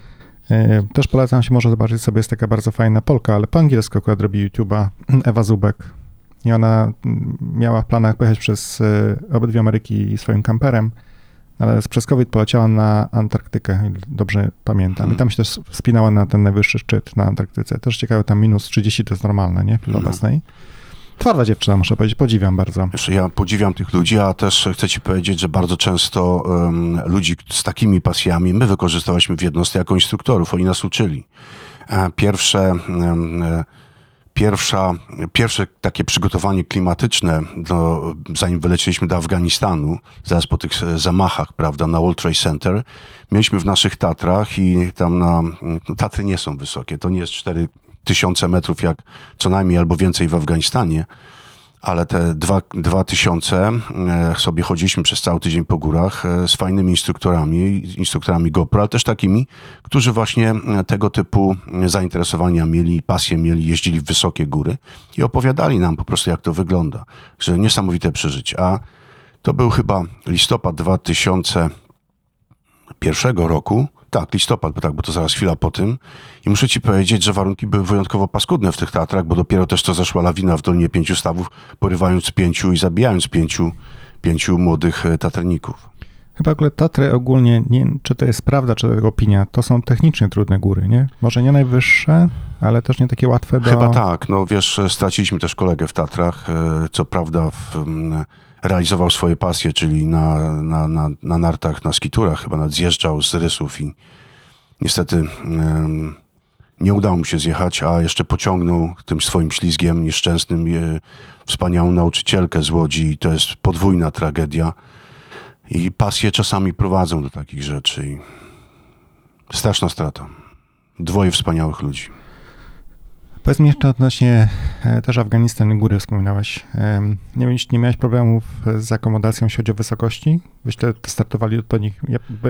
też polecam się może zobaczyć sobie, jest taka bardzo fajna Polka, ale po angielsku akurat robi YouTube'a, Ewa Zubek. I ona miała w planach pojechać przez obydwie Ameryki swoim kamperem, ale przez COVID poleciała na Antarktykę, dobrze pamiętam. I tam się też wspinała na ten najwyższy szczyt na Antarktyce. Też ciekawe, tam minus 30 to jest normalne, nie? W chwili obecnej. Twarda dziewczyna, muszę powiedzieć, podziwiam bardzo. Ja podziwiam tych ludzi, a też chcę ci powiedzieć, że bardzo często ludzi z takimi pasjami my wykorzystywaliśmy w jednostce jako instruktorów. Oni nas uczyli. pierwsze takie przygotowanie klimatyczne, zanim wylecieliśmy do Afganistanu, zaraz po tych zamachach, prawda, na World Trade Center, mieliśmy w naszych Tatrach i tam Tatry nie są wysokie, to nie jest 4000 metrów jak co najmniej albo więcej w Afganistanie, ale te 2000 sobie chodziliśmy przez cały tydzień po górach z fajnymi instruktorami GoPro, ale też takimi, którzy właśnie tego typu zainteresowania mieli, pasję mieli, jeździli w wysokie góry i opowiadali nam po prostu, jak to wygląda. Że niesamowite przeżycie. A to był chyba listopad 2001 roku. Tak, listopad, bo to zaraz chwila po tym. I muszę ci powiedzieć, że warunki były wyjątkowo paskudne w tych Tatrach, bo dopiero też to zeszła lawina w Dolinie Pięciu Stawów, porywając 5 i zabijając pięciu młodych taterników. Chyba w ogóle Tatry ogólnie, nie wiem, czy to jest prawda, czy to jest opinia, to są technicznie trudne góry, nie? Może nie najwyższe, ale też nie takie łatwe do... Chyba tak, no wiesz, straciliśmy też kolegę w Tatrach, co prawda realizował swoje pasje, czyli na nartach, na skiturach, chyba nawet zjeżdżał z rysów i niestety nie udało mu się zjechać, a jeszcze pociągnął tym swoim ślizgiem nieszczęsnym wspaniałą nauczycielkę z Łodzi i to jest podwójna tragedia. I pasje czasami prowadzą do takich rzeczy i straszna strata. 2 wspaniałych ludzi. Powiedz mi jeszcze odnośnie też Afganistanu, góry wspominałeś. Nie miałeś problemów z akomodacją, jeśli chodzi o wysokości? Wyście startowali odpowiednich...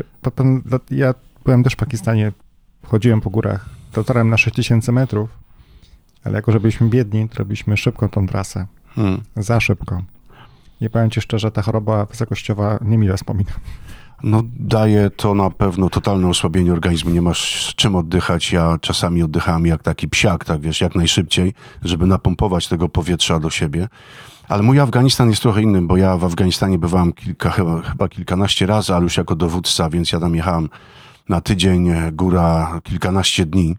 Ja byłem też w Pakistanie, chodziłem po górach, dotarłem na 6000 metrów, ale jako, że byliśmy biedni, to robiliśmy szybko tą trasę. Za szybko. I powiem ci szczerze, ta choroba wysokościowa niemile wspomina. No daje to na pewno totalne osłabienie organizmu, nie masz z czym oddychać. Ja czasami oddychałem jak taki psiak, tak wiesz, jak najszybciej, żeby napompować tego powietrza do siebie. Ale mój Afganistan jest trochę inny, bo ja w Afganistanie bywałem chyba kilkanaście razy, ale już jako dowódca, więc ja tam jechałem na tydzień, góra kilkanaście dni.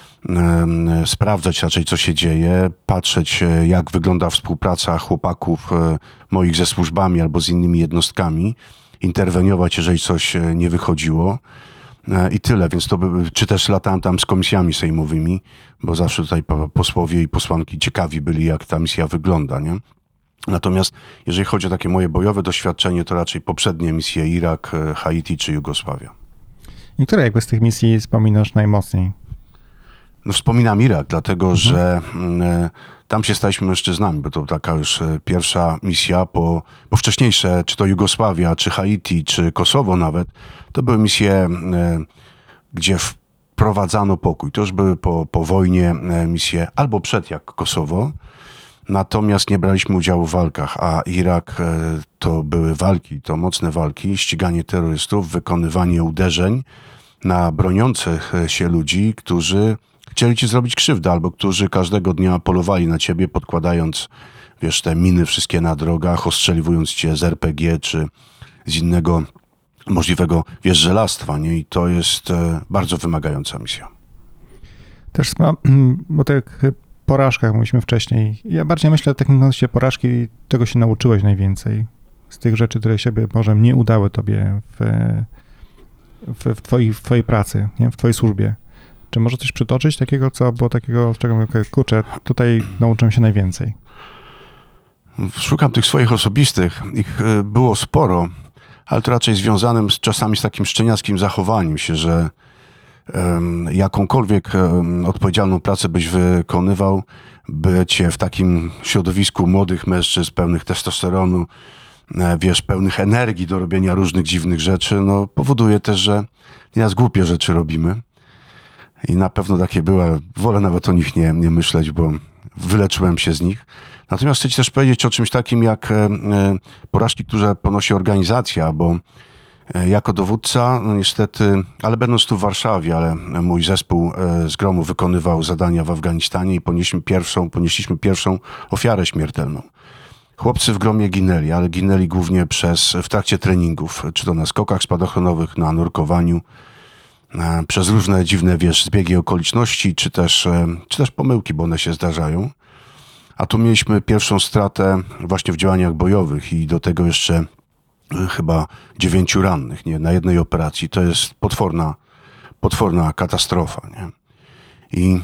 Sprawdzać raczej, co się dzieje, patrzeć, jak wygląda współpraca chłopaków moich ze służbami albo z innymi jednostkami, interweniować, jeżeli coś nie wychodziło i tyle. Więc czy też latałem tam z komisjami sejmowymi, bo zawsze tutaj posłowie i posłanki ciekawi byli, jak ta misja wygląda, nie? Natomiast jeżeli chodzi o takie moje bojowe doświadczenie, to raczej poprzednie misje Irak, Haiti czy Jugosławia. I które jakby z tych misji wspominasz najmocniej? No wspominam Irak, dlatego że tam się staliśmy mężczyznami, bo to taka już pierwsza misja, bo wcześniejsze, czy to Jugosławia, czy Haiti, czy Kosowo nawet, to były misje, gdzie wprowadzano pokój. To już były po wojnie misje, albo przed jak Kosowo, natomiast nie braliśmy udziału w walkach, a Irak to były walki, to mocne walki, ściganie terrorystów, wykonywanie uderzeń na broniących się ludzi, którzy chcieli ci zrobić krzywdę, albo którzy każdego dnia polowali na ciebie, podkładając, wiesz, te miny wszystkie na drogach, ostrzeliwując cię z RPG, czy z innego możliwego, wiesz, żelastwa, nie? I to jest bardzo wymagająca misja. Też o tych porażkach mówiliśmy wcześniej. Ja bardziej myślę o takim kontekście porażki, czego się nauczyłeś najwięcej z tych rzeczy, które się może nie udały tobie w twojej pracy, nie? W twojej służbie. Czy może coś przytoczyć takiego, co było takiego, z czego mówię, kurczę, tutaj nauczyłem się najwięcej? Szukam tych swoich osobistych. Ich było sporo, ale to raczej związanym czasami z takim szczeniackim zachowaniem się, że jakąkolwiek odpowiedzialną pracę byś wykonywał, bycie w takim środowisku młodych mężczyzn pełnych testosteronu, wiesz, pełnych energii do robienia różnych dziwnych rzeczy, no powoduje też, że nieraz głupie rzeczy robimy. I na pewno takie były, wolę nawet o nich nie myśleć, bo wyleczyłem się z nich. Natomiast chcę ci też powiedzieć o czymś takim jak porażki, które ponosi organizacja, bo jako dowódca, no niestety, ale będąc tu w Warszawie, ale mój zespół z gromu wykonywał zadania w Afganistanie i ponieśliśmy pierwszą ofiarę śmiertelną. Chłopcy w gromie ginęli, ale ginęli głównie w trakcie treningów, czy to na skokach spadochronowych, na nurkowaniu, przez różne dziwne, wiesz, zbiegi okoliczności, czy też pomyłki, bo one się zdarzają. A tu mieliśmy pierwszą stratę właśnie w działaniach bojowych i do tego jeszcze chyba 9 rannych, nie? Na jednej operacji. To jest potworna katastrofa, nie? I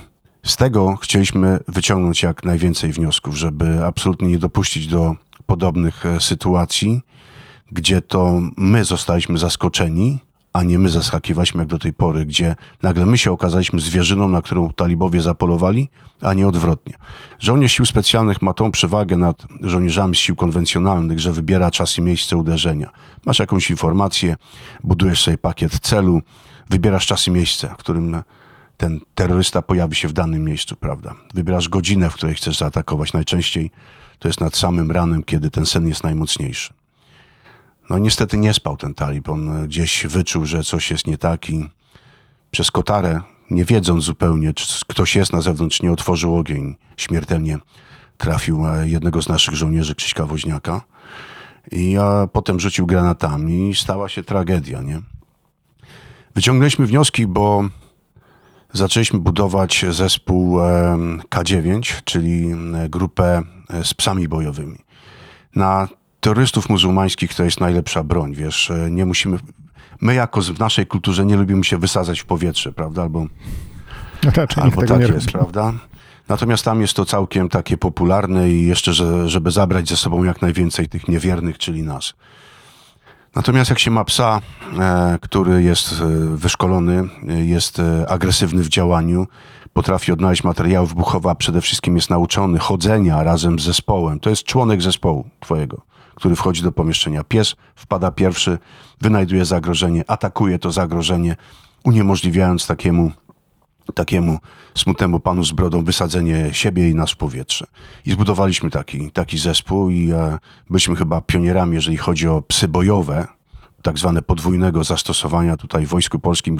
Z tego chcieliśmy wyciągnąć jak najwięcej wniosków, żeby absolutnie nie dopuścić do podobnych sytuacji, gdzie to my zostaliśmy zaskoczeni, a nie my zaskakiwaliśmy jak do tej pory, gdzie nagle my się okazaliśmy zwierzyną, na którą talibowie zapolowali, a nie odwrotnie. Żołnierz sił specjalnych ma tą przewagę nad żołnierzami z sił konwencjonalnych, że wybiera czas i miejsce uderzenia. Masz jakąś informację, budujesz sobie pakiet celu, wybierasz czas i miejsce, w którym ten terrorysta pojawi się w danym miejscu, prawda? Wybierasz godzinę, w której chcesz zaatakować. Najczęściej to jest nad samym ranem, kiedy ten sen jest najmocniejszy. No niestety nie spał ten talib. On gdzieś wyczuł, że coś jest nie tak i przez kotarę, nie wiedząc zupełnie, czy ktoś jest na zewnątrz, nie otworzył ogień. Śmiertelnie trafił jednego z naszych żołnierzy, Krzyśka Woźniaka. I potem rzucił granatami i stała się tragedia, nie? Wyciągnęliśmy wnioski, bo zaczęliśmy budować zespół K9, czyli grupę z psami bojowymi. Na terrorystów muzułmańskich to jest najlepsza broń, wiesz, nie musimy... My jako w naszej kulturze nie lubimy się wysadzać w powietrze, prawda, albo tak jest, prawda? Natomiast tam jest to całkiem takie popularne i jeszcze, żeby zabrać ze sobą jak najwięcej tych niewiernych, czyli nas. Natomiast jak się ma psa, który jest wyszkolony, jest agresywny w działaniu, potrafi odnaleźć materiały wybuchowe, a przede wszystkim jest nauczony chodzenia razem z zespołem. To jest członek zespołu twojego, który wchodzi do pomieszczenia. Pies wpada pierwszy, wynajduje zagrożenie, atakuje to zagrożenie, uniemożliwiając takiemu smutnemu panu z brodą wysadzenie siebie i nas w powietrze. I zbudowaliśmy taki zespół i byliśmy chyba pionierami, jeżeli chodzi o psy bojowe, tak zwane podwójnego zastosowania tutaj w Wojsku Polskim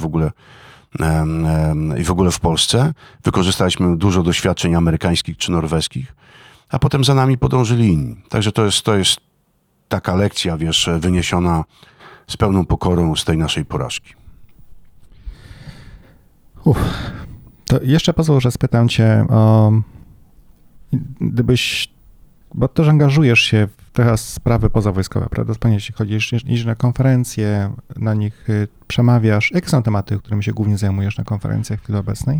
i w ogóle w Polsce. Wykorzystaliśmy dużo doświadczeń amerykańskich czy norweskich, a potem za nami podążyli inni. Także to jest taka lekcja, wiesz, wyniesiona z pełną pokorą z tej naszej porażki. To jeszcze pozwól, że spytam cię o... Bo też angażujesz się w teraz sprawy pozawojskowe, prawda? Jeśli chodzisz, idziesz na konferencje, na nich przemawiasz. Jakie są tematy, którymi się głównie zajmujesz na konferencjach w chwili obecnej?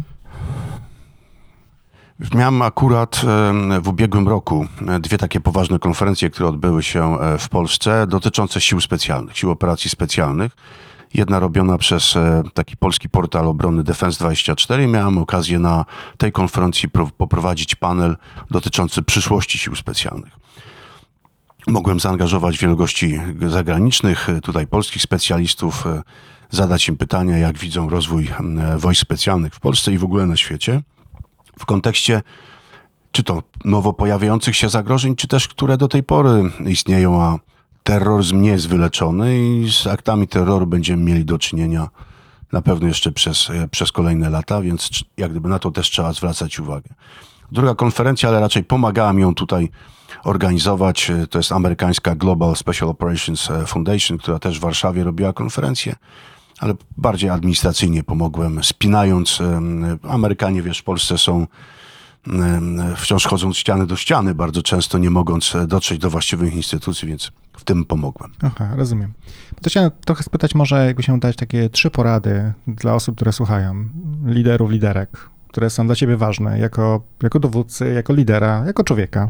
Miałem akurat w ubiegłym roku dwie takie poważne konferencje, które odbyły się w Polsce, dotyczące sił specjalnych, sił operacji specjalnych. Jedna robiona przez taki polski portal obrony Defense24. Miałem okazję na tej konferencji poprowadzić panel dotyczący przyszłości sił specjalnych. Mogłem zaangażować wielu gości zagranicznych, tutaj polskich specjalistów, zadać im pytania, jak widzą rozwój wojsk specjalnych w Polsce i w ogóle na świecie. W kontekście czy to nowo pojawiających się zagrożeń, czy też które do tej pory istnieją, a terroryzm nie jest wyleczony i z aktami terroru będziemy mieli do czynienia na pewno jeszcze przez kolejne lata, więc jak gdyby na to też trzeba zwracać uwagę. Druga konferencja, ale raczej pomagałem ją tutaj organizować, to jest amerykańska Global Special Operations Foundation, która też w Warszawie robiła konferencję, ale bardziej administracyjnie pomogłem, spinając. Amerykanie, wiesz, w Polsce są wciąż chodzą od ściany do ściany, bardzo często nie mogąc dotrzeć do właściwych instytucji, więc w tym pomogłem. Aha, rozumiem. To chciałem trochę spytać, może jakby się dać takie 3 porady dla osób, które słuchają, liderów, liderek, które są dla ciebie ważne, jako dowódcy, jako lidera, jako człowieka.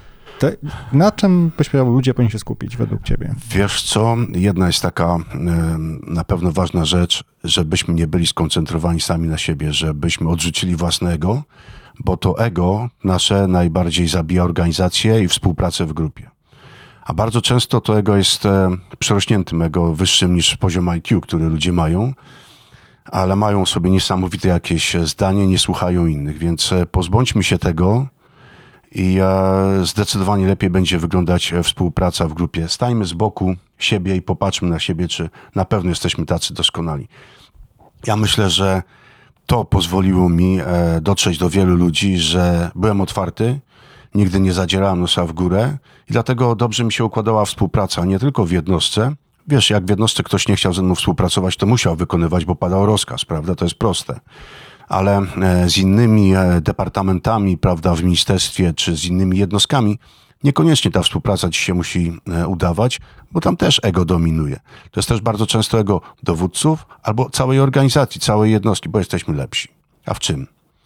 Na czym ludzie powinni się skupić według ciebie? Wiesz co, jedna jest taka na pewno ważna rzecz, żebyśmy nie byli skoncentrowani sami na siebie, żebyśmy odrzucili własne ego, bo to ego nasze najbardziej zabija organizację i współpracę w grupie. A bardzo często to ego jest przerośniętym ego, wyższym niż poziom IQ, który ludzie mają, ale mają sobie niesamowite jakieś zdanie, nie słuchają innych, więc pozbądźmy się tego i zdecydowanie lepiej będzie wyglądać współpraca w grupie. Stajmy z boku siebie i popatrzmy na siebie, czy na pewno jesteśmy tacy doskonali. Ja myślę, że to pozwoliło mi dotrzeć do wielu ludzi, że byłem otwarty, nigdy nie zadzierałem nosa w górę i dlatego dobrze mi się układała współpraca, nie tylko w jednostce. Wiesz, jak w jednostce ktoś nie chciał ze mną współpracować, to musiał wykonywać, bo padał rozkaz, prawda? To jest proste. Ale z innymi departamentami, prawda, w ministerstwie czy z innymi jednostkami niekoniecznie ta współpraca ci się musi udawać, bo tam też ego dominuje. To jest też bardzo często ego dowódców albo całej organizacji, całej jednostki, bo jesteśmy lepsi. A w czym?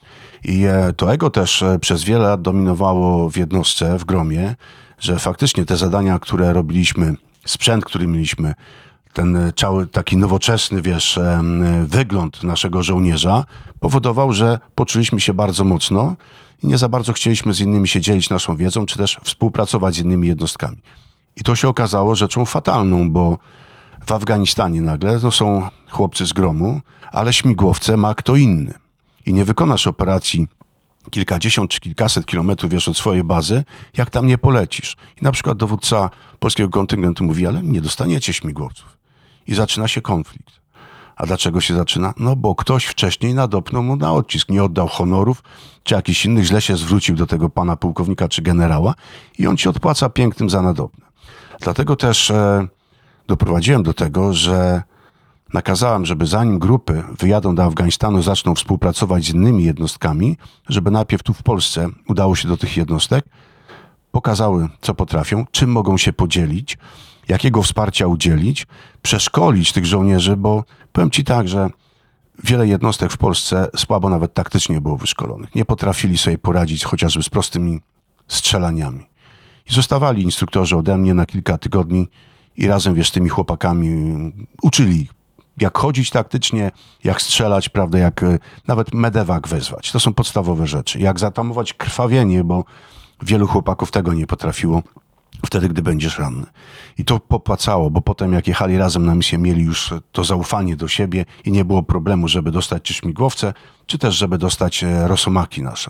I to ego też przez wiele lat dominowało w jednostce, w gromie, że faktycznie te zadania, które robiliśmy, sprzęt, który mieliśmy, ten cały taki nowoczesny, wygląd naszego żołnierza powodował, że poczuliśmy się bardzo mocno i nie za bardzo chcieliśmy z innymi się dzielić naszą wiedzą, czy też współpracować z innymi jednostkami. I to się okazało rzeczą fatalną, bo w Afganistanie nagle to są chłopcy z gromu, ale śmigłowce ma kto inny. I nie wykonasz operacji kilkadziesiąt czy kilkaset kilometrów od swojej bazy, jak tam nie polecisz. I na przykład dowódca polskiego kontyngentu mówi, ale nie dostaniecie śmigłowców. I zaczyna się konflikt. A dlaczego się zaczyna? No bo ktoś wcześniej nadopnął mu na odcisk, nie oddał honorów, czy jakiś innych, źle się zwrócił do tego pana pułkownika czy generała i on ci odpłaca pięknym za nadobne. Dlatego też doprowadziłem do tego, że nakazałem, żeby zanim grupy wyjadą do Afganistanu, zaczną współpracować z innymi jednostkami, żeby najpierw tu w Polsce udało się do tych jednostek, pokazały, co potrafią, czym mogą się podzielić, jakiego wsparcia udzielić, przeszkolić tych żołnierzy, bo powiem ci tak, że wiele jednostek w Polsce słabo nawet taktycznie było wyszkolonych. Nie potrafili sobie poradzić chociażby z prostymi strzelaniami. I zostawali instruktorzy ode mnie na kilka tygodni i razem, z tymi chłopakami uczyli ich, jak chodzić taktycznie, jak strzelać, prawda, jak nawet medewak wezwać. To są podstawowe rzeczy. Jak zatamować krwawienie, bo wielu chłopaków tego nie potrafiło wtedy, gdy będziesz ranny. I to popłacało, bo potem jak jechali razem na misję, mieli już to zaufanie do siebie i nie było problemu, żeby dostać czy śmigłowce, czy też żeby dostać rosomaki nasze.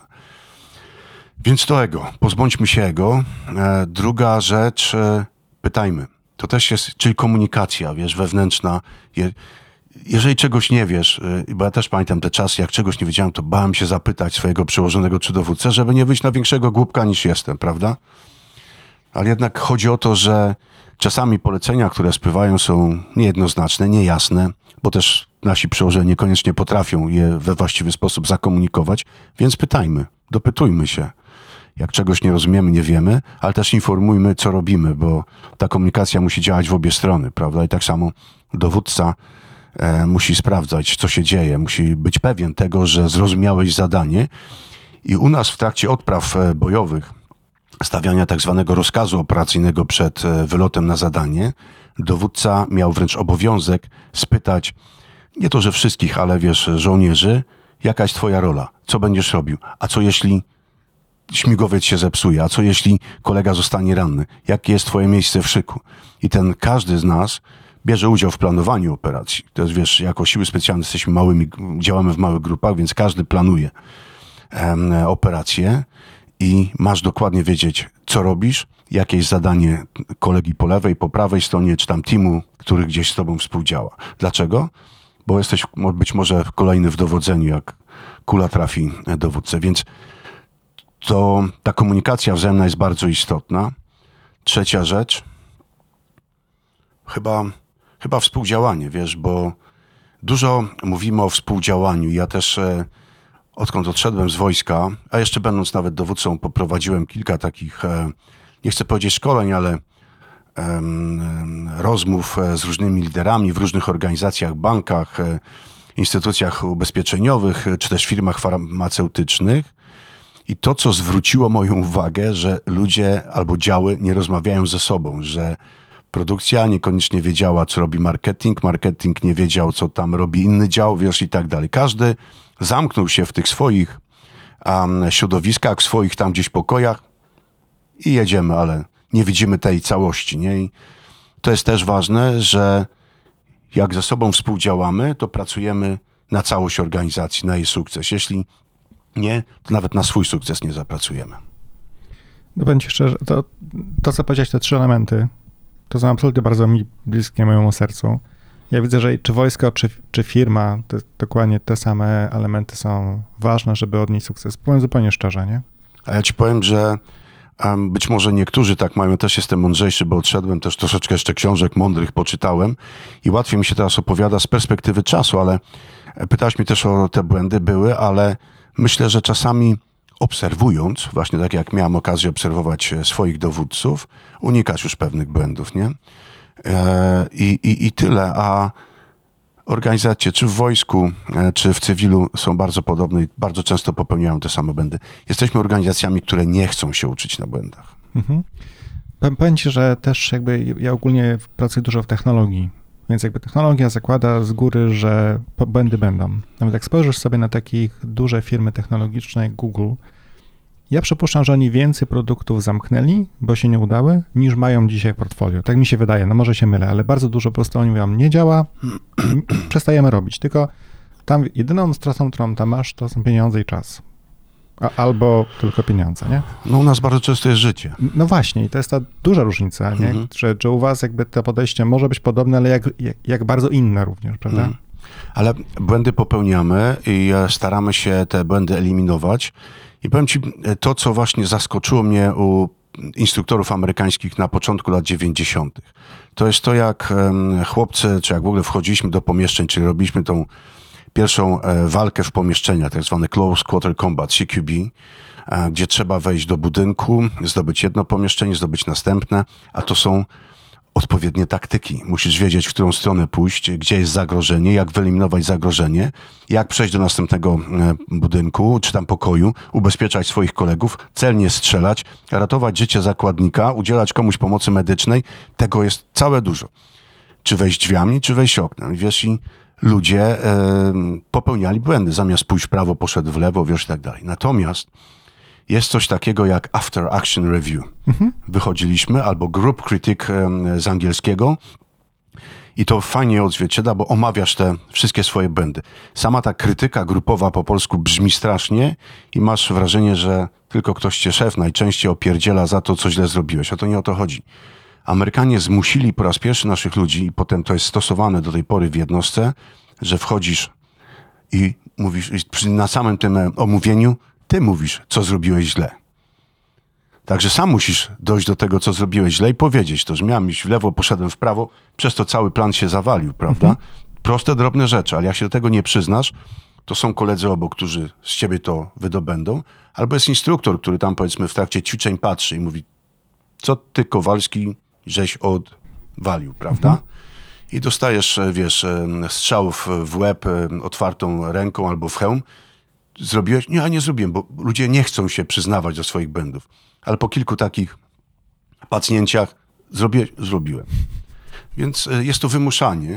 Więc to ego. Pozbądźmy się ego. Druga rzecz, pytajmy. To też jest, czyli komunikacja, wewnętrzna. Jeżeli czegoś nie wiesz, bo ja też pamiętam te czasy, jak czegoś nie wiedziałem, to bałem się zapytać swojego przełożonego czy dowódcę, żeby nie wyjść na większego głupka niż jestem, prawda? Ale jednak chodzi o to, że czasami polecenia, które spływają, są niejednoznaczne, niejasne, bo też nasi przełożeni niekoniecznie potrafią je we właściwy sposób zakomunikować, więc pytajmy, dopytujmy się. Jak czegoś nie rozumiemy, nie wiemy, ale też informujmy, co robimy, bo ta komunikacja musi działać w obie strony, prawda? I tak samo dowódca musi sprawdzać, co się dzieje, musi być pewien tego, że zrozumiałeś zadanie. I u nas w trakcie odpraw bojowych, stawiania tak zwanego rozkazu operacyjnego przed wylotem na zadanie, dowódca miał wręcz obowiązek spytać, nie to, że wszystkich, ale żołnierzy, jaka jest twoja rola, co będziesz robił, a co jeśli śmigłowiec się zepsuje, a co jeśli kolega zostanie ranny, jakie jest twoje miejsce w szyku. I każdy z nas bierze udział w planowaniu operacji. To jest, jako siły specjalne jesteśmy działamy w małych grupach, więc każdy planuje operację i masz dokładnie wiedzieć, co robisz, jakie jest zadanie kolegi po lewej, po prawej stronie, czy tam teamu, który gdzieś z tobą współdziała. Dlaczego? Bo jesteś być może kolejny w dowodzeniu, jak kula trafi dowódcę. Więc ta komunikacja wzajemna jest bardzo istotna. Trzecia rzecz, chyba współdziałanie, bo dużo mówimy o współdziałaniu. Ja też odkąd odszedłem z wojska, a jeszcze będąc nawet dowódcą, poprowadziłem kilka takich, nie chcę powiedzieć szkoleń, ale rozmów z różnymi liderami w różnych organizacjach, bankach, instytucjach ubezpieczeniowych, czy też firmach farmaceutycznych. I to, co zwróciło moją uwagę, że ludzie albo działy nie rozmawiają ze sobą, że produkcja niekoniecznie wiedziała, co robi marketing nie wiedział, co tam robi inny dział, i tak dalej. Każdy zamknął się w tych swoich środowiskach, w swoich tam gdzieś pokojach i jedziemy, ale nie widzimy tej całości, nie? I to jest też ważne, że jak ze sobą współdziałamy, to pracujemy na całość organizacji, na jej sukces. Jeśli nie, to nawet na swój sukces nie zapracujemy. No powiem ci szczerze, to co powiedziałeś, te 3 elementy, to są absolutnie bardzo mi bliskie mojemu sercu. Ja widzę, że czy wojsko, czy firma, dokładnie te same elementy są ważne, żeby odnieść sukces. Powiem zupełnie szczerze, nie? A ja ci powiem, że być może niektórzy tak mają, też jestem mądrzejszy, bo odszedłem, też troszeczkę jeszcze książek mądrych poczytałem i łatwiej mi się teraz opowiada z perspektywy czasu, ale pytałeś mnie też o te błędy były, ale myślę, że czasami obserwując, właśnie tak jak miałem okazję obserwować swoich dowódców, unikasz już pewnych błędów, nie? I tyle, Organizacje, czy w wojsku, czy w cywilu są bardzo podobne i bardzo często popełniają te same błędy. Jesteśmy organizacjami, które nie chcą się uczyć na błędach. Mhm. Powiem ci, że też jakby ja ogólnie pracuję dużo w technologii, więc jakby technologia zakłada z góry, że błędy będą. Nawet jak spojrzysz sobie na takich duże firmy technologiczne jak Google, ja przypuszczam, że oni więcej produktów zamknęli, bo się nie udały, niż mają dzisiaj w portfolio. Tak mi się wydaje, no może się mylę, ale bardzo dużo po prostu oni mówią, nie działa, przestajemy robić. Tylko tam jedyną stratą, którą tam masz, to są pieniądze i czas. Albo tylko pieniądze, nie? No u nas bardzo często jest życie. No właśnie, i to jest ta duża różnica, nie? Że u was jakby to podejście może być podobne, ale jak bardzo inne również, prawda? Ale błędy popełniamy i staramy się te błędy eliminować. I powiem ci, to co właśnie zaskoczyło mnie u instruktorów amerykańskich na początku lat 90. To jest to, jak chłopcy, czy jak w ogóle wchodziliśmy do pomieszczeń, czyli robiliśmy tą pierwszą walkę w pomieszczeniach, tak zwane Close Quarter Combat, CQB, gdzie trzeba wejść do budynku, zdobyć jedno pomieszczenie, zdobyć następne, a to są odpowiednie taktyki. Musisz wiedzieć, w którą stronę pójść, gdzie jest zagrożenie, jak wyeliminować zagrożenie, jak przejść do następnego budynku, czy tam pokoju, ubezpieczać swoich kolegów, celnie strzelać, ratować życie zakładnika, udzielać komuś pomocy medycznej. Tego jest całe dużo. Czy wejść drzwiami, czy wejść oknem. Wiesz, i ludzie popełniali błędy. Zamiast pójść w prawo, poszedł w lewo, wiesz, i tak dalej. Natomiast jest coś takiego jak After Action Review. Wychodziliśmy, albo Group Critic z angielskiego, i to fajnie odzwierciedla, bo omawiasz te wszystkie swoje błędy. Sama ta krytyka grupowa po polsku brzmi strasznie i masz wrażenie, że tylko ktoś cię, szef, najczęściej opierdziela za to, co źle zrobiłeś. A to nie o to chodzi. Amerykanie zmusili po raz pierwszy naszych ludzi, i potem to jest stosowane do tej pory w jednostce, że wchodzisz i mówisz, na samym tym omówieniu ty mówisz, co zrobiłeś źle. Także sam musisz dojść do tego, co zrobiłeś źle i powiedzieć to, że miałem iść w lewo, poszedłem w prawo, przez to cały plan się zawalił, prawda? Proste, drobne rzeczy, ale jak się do tego nie przyznasz, to są koledzy obok, którzy z ciebie to wydobędą, albo jest instruktor, który tam powiedzmy w trakcie ćwiczeń patrzy i mówi, co ty, Kowalski, żeś odwalił, prawda? I dostajesz, wiesz, strzałów w łeb otwartą ręką albo w hełm. Zrobiłeś? Nie, nie zrobiłem, bo ludzie nie chcą się przyznawać do swoich błędów. Ale po kilku takich pacnięciach zrobiłem. Więc jest to wymuszanie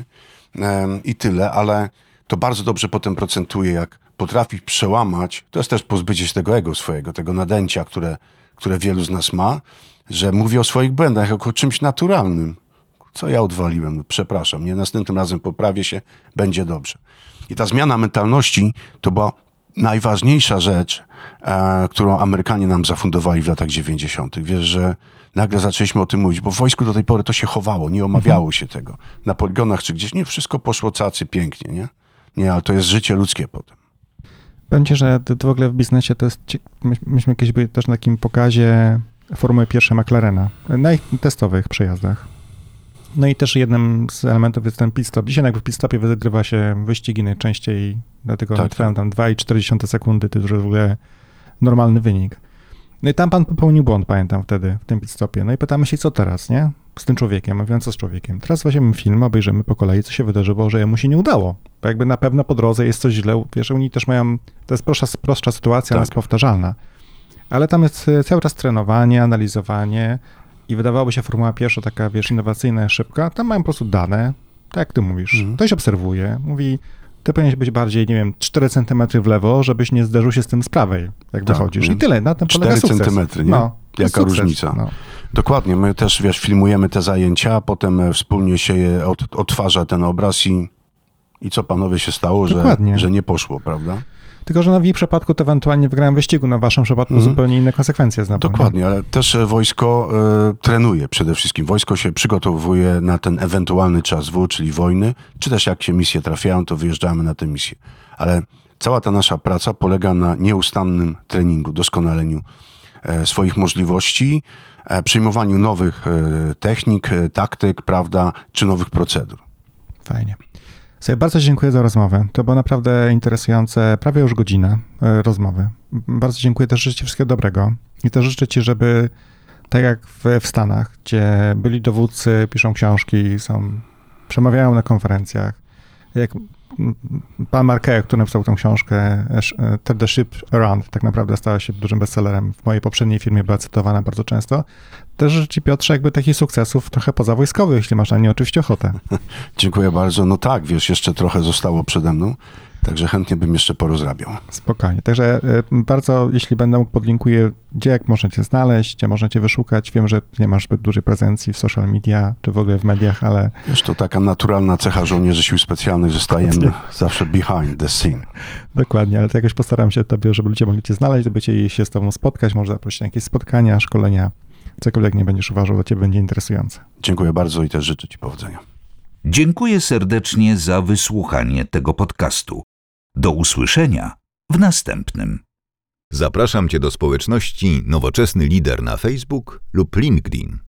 i tyle, ale to bardzo dobrze potem procentuje, jak potrafisz przełamać, to jest też pozbycie się tego ego swojego, tego nadęcia, które wielu z nas ma, że mówię o swoich błędach jako czymś naturalnym. Co ja odwaliłem? Przepraszam, nie, następnym razem poprawię się, będzie dobrze. I ta zmiana mentalności to była najważniejsza rzecz, którą Amerykanie nam zafundowali w latach 90. Wiesz, że nagle zaczęliśmy o tym mówić, bo w wojsku do tej pory to się chowało, nie omawiało się tego. Na poligonach czy gdzieś, nie, wszystko poszło cacy pięknie, nie? Nie, ale to jest życie ludzkie potem. Będzie, że to w ogóle w biznesie to jest... Myśmy kiedyś byli też na takim pokazie Formuły 1 McLarena, na ich testowych przejazdach. No i też jednym z elementów jest ten pit stop. Dzisiaj jakby w pit stopie wygrywa się wyścigi najczęściej, dlatego trwają tam 2,4 sekundy, to już w ogóle normalny wynik. No i tam pan popełnił błąd, pamiętam wtedy, w tym pit stopie. No i pytamy się, co teraz, nie? Z tym człowiekiem, mówiąc co z człowiekiem. Teraz weźmiemy film, obejrzymy po kolei, co się wydarzyło, że mu się nie udało. Bo jakby na pewno po drodze jest coś źle. Wiesz, oni też mają, to jest prostsza sytuacja, ona jest powtarzalna. Ale tam jest cały czas trenowanie, analizowanie i wydawałoby się Formuła 1 taka, wiesz, innowacyjna, szybka. Tam mają po prostu dane, tak jak ty mówisz. Ktoś obserwuje, mówi, ty powinieneś być bardziej, nie wiem, 4 centymetry w lewo, żebyś nie zderzył się z tym z prawej, jak wychodzisz. I tyle, na tym polega sukces. 4 centymetry, nie? No, jaka sukces. różnica. No. Dokładnie, my też, wiesz, filmujemy te zajęcia, a potem wspólnie się je odtwarza ten obraz i co panowie się stało, że nie poszło, prawda? Tylko, że w jej przypadku to ewentualnie wygrałem wyścigu, na waszym przypadku zupełnie inne konsekwencje znam. Dokładnie, ale też wojsko trenuje przede wszystkim. Wojsko się przygotowuje na ten ewentualny czas W, czyli wojny, czy też jak się misje trafiają, to wyjeżdżamy na tę misję. Ale cała ta nasza praca polega na nieustannym treningu, doskonaleniu swoich możliwości, przyjmowaniu nowych technik, taktyk, prawda, czy nowych procedur. Fajnie. Sobie bardzo dziękuję za rozmowę. To było naprawdę interesujące, prawie już godzina rozmowy. Bardzo dziękuję, też życzę ci wszystkiego dobrego i też życzę ci, żeby tak jak w Stanach, gdzie byli dowódcy, piszą książki, przemawiają na konferencjach, jak pan Marquet, który napisał tą książkę Turn the Ship Around, tak naprawdę stała się dużym bestsellerem. W mojej poprzedniej firmie była cytowana bardzo często. Też życzę ci, Piotrze, jakby takich sukcesów trochę pozawojskowych, jeśli masz na nie oczywiście ochotę. Dziękuję bardzo. No tak, wiesz, jeszcze trochę zostało przede mną, także chętnie bym jeszcze porozrabiał. Spokojnie. Także bardzo, jeśli będę mógł, podlinkuję, gdzie jak możecie znaleźć, gdzie możecie wyszukać. Wiem, że nie masz zbyt dużej prezencji w social media, czy w ogóle w mediach, ale... Wiesz, to taka naturalna cecha żołnierzy sił specjalnych, że stajemy zawsze behind the scene. Dokładnie, ale to jakoś postaram się tobie, żeby ludzie mogli cię znaleźć, żeby cię się z tobą spotkać, może zaprosić na jakieś spotkania, szkolenia, cokolwiek nie będziesz uważał, dla ciebie będzie interesujące. Dziękuję bardzo i też życzę ci powodzenia. Dziękuję serdecznie za wysłuchanie tego podcastu. Do usłyszenia w następnym. Zapraszam Cię do społeczności Nowoczesny Lider na Facebook lub LinkedIn.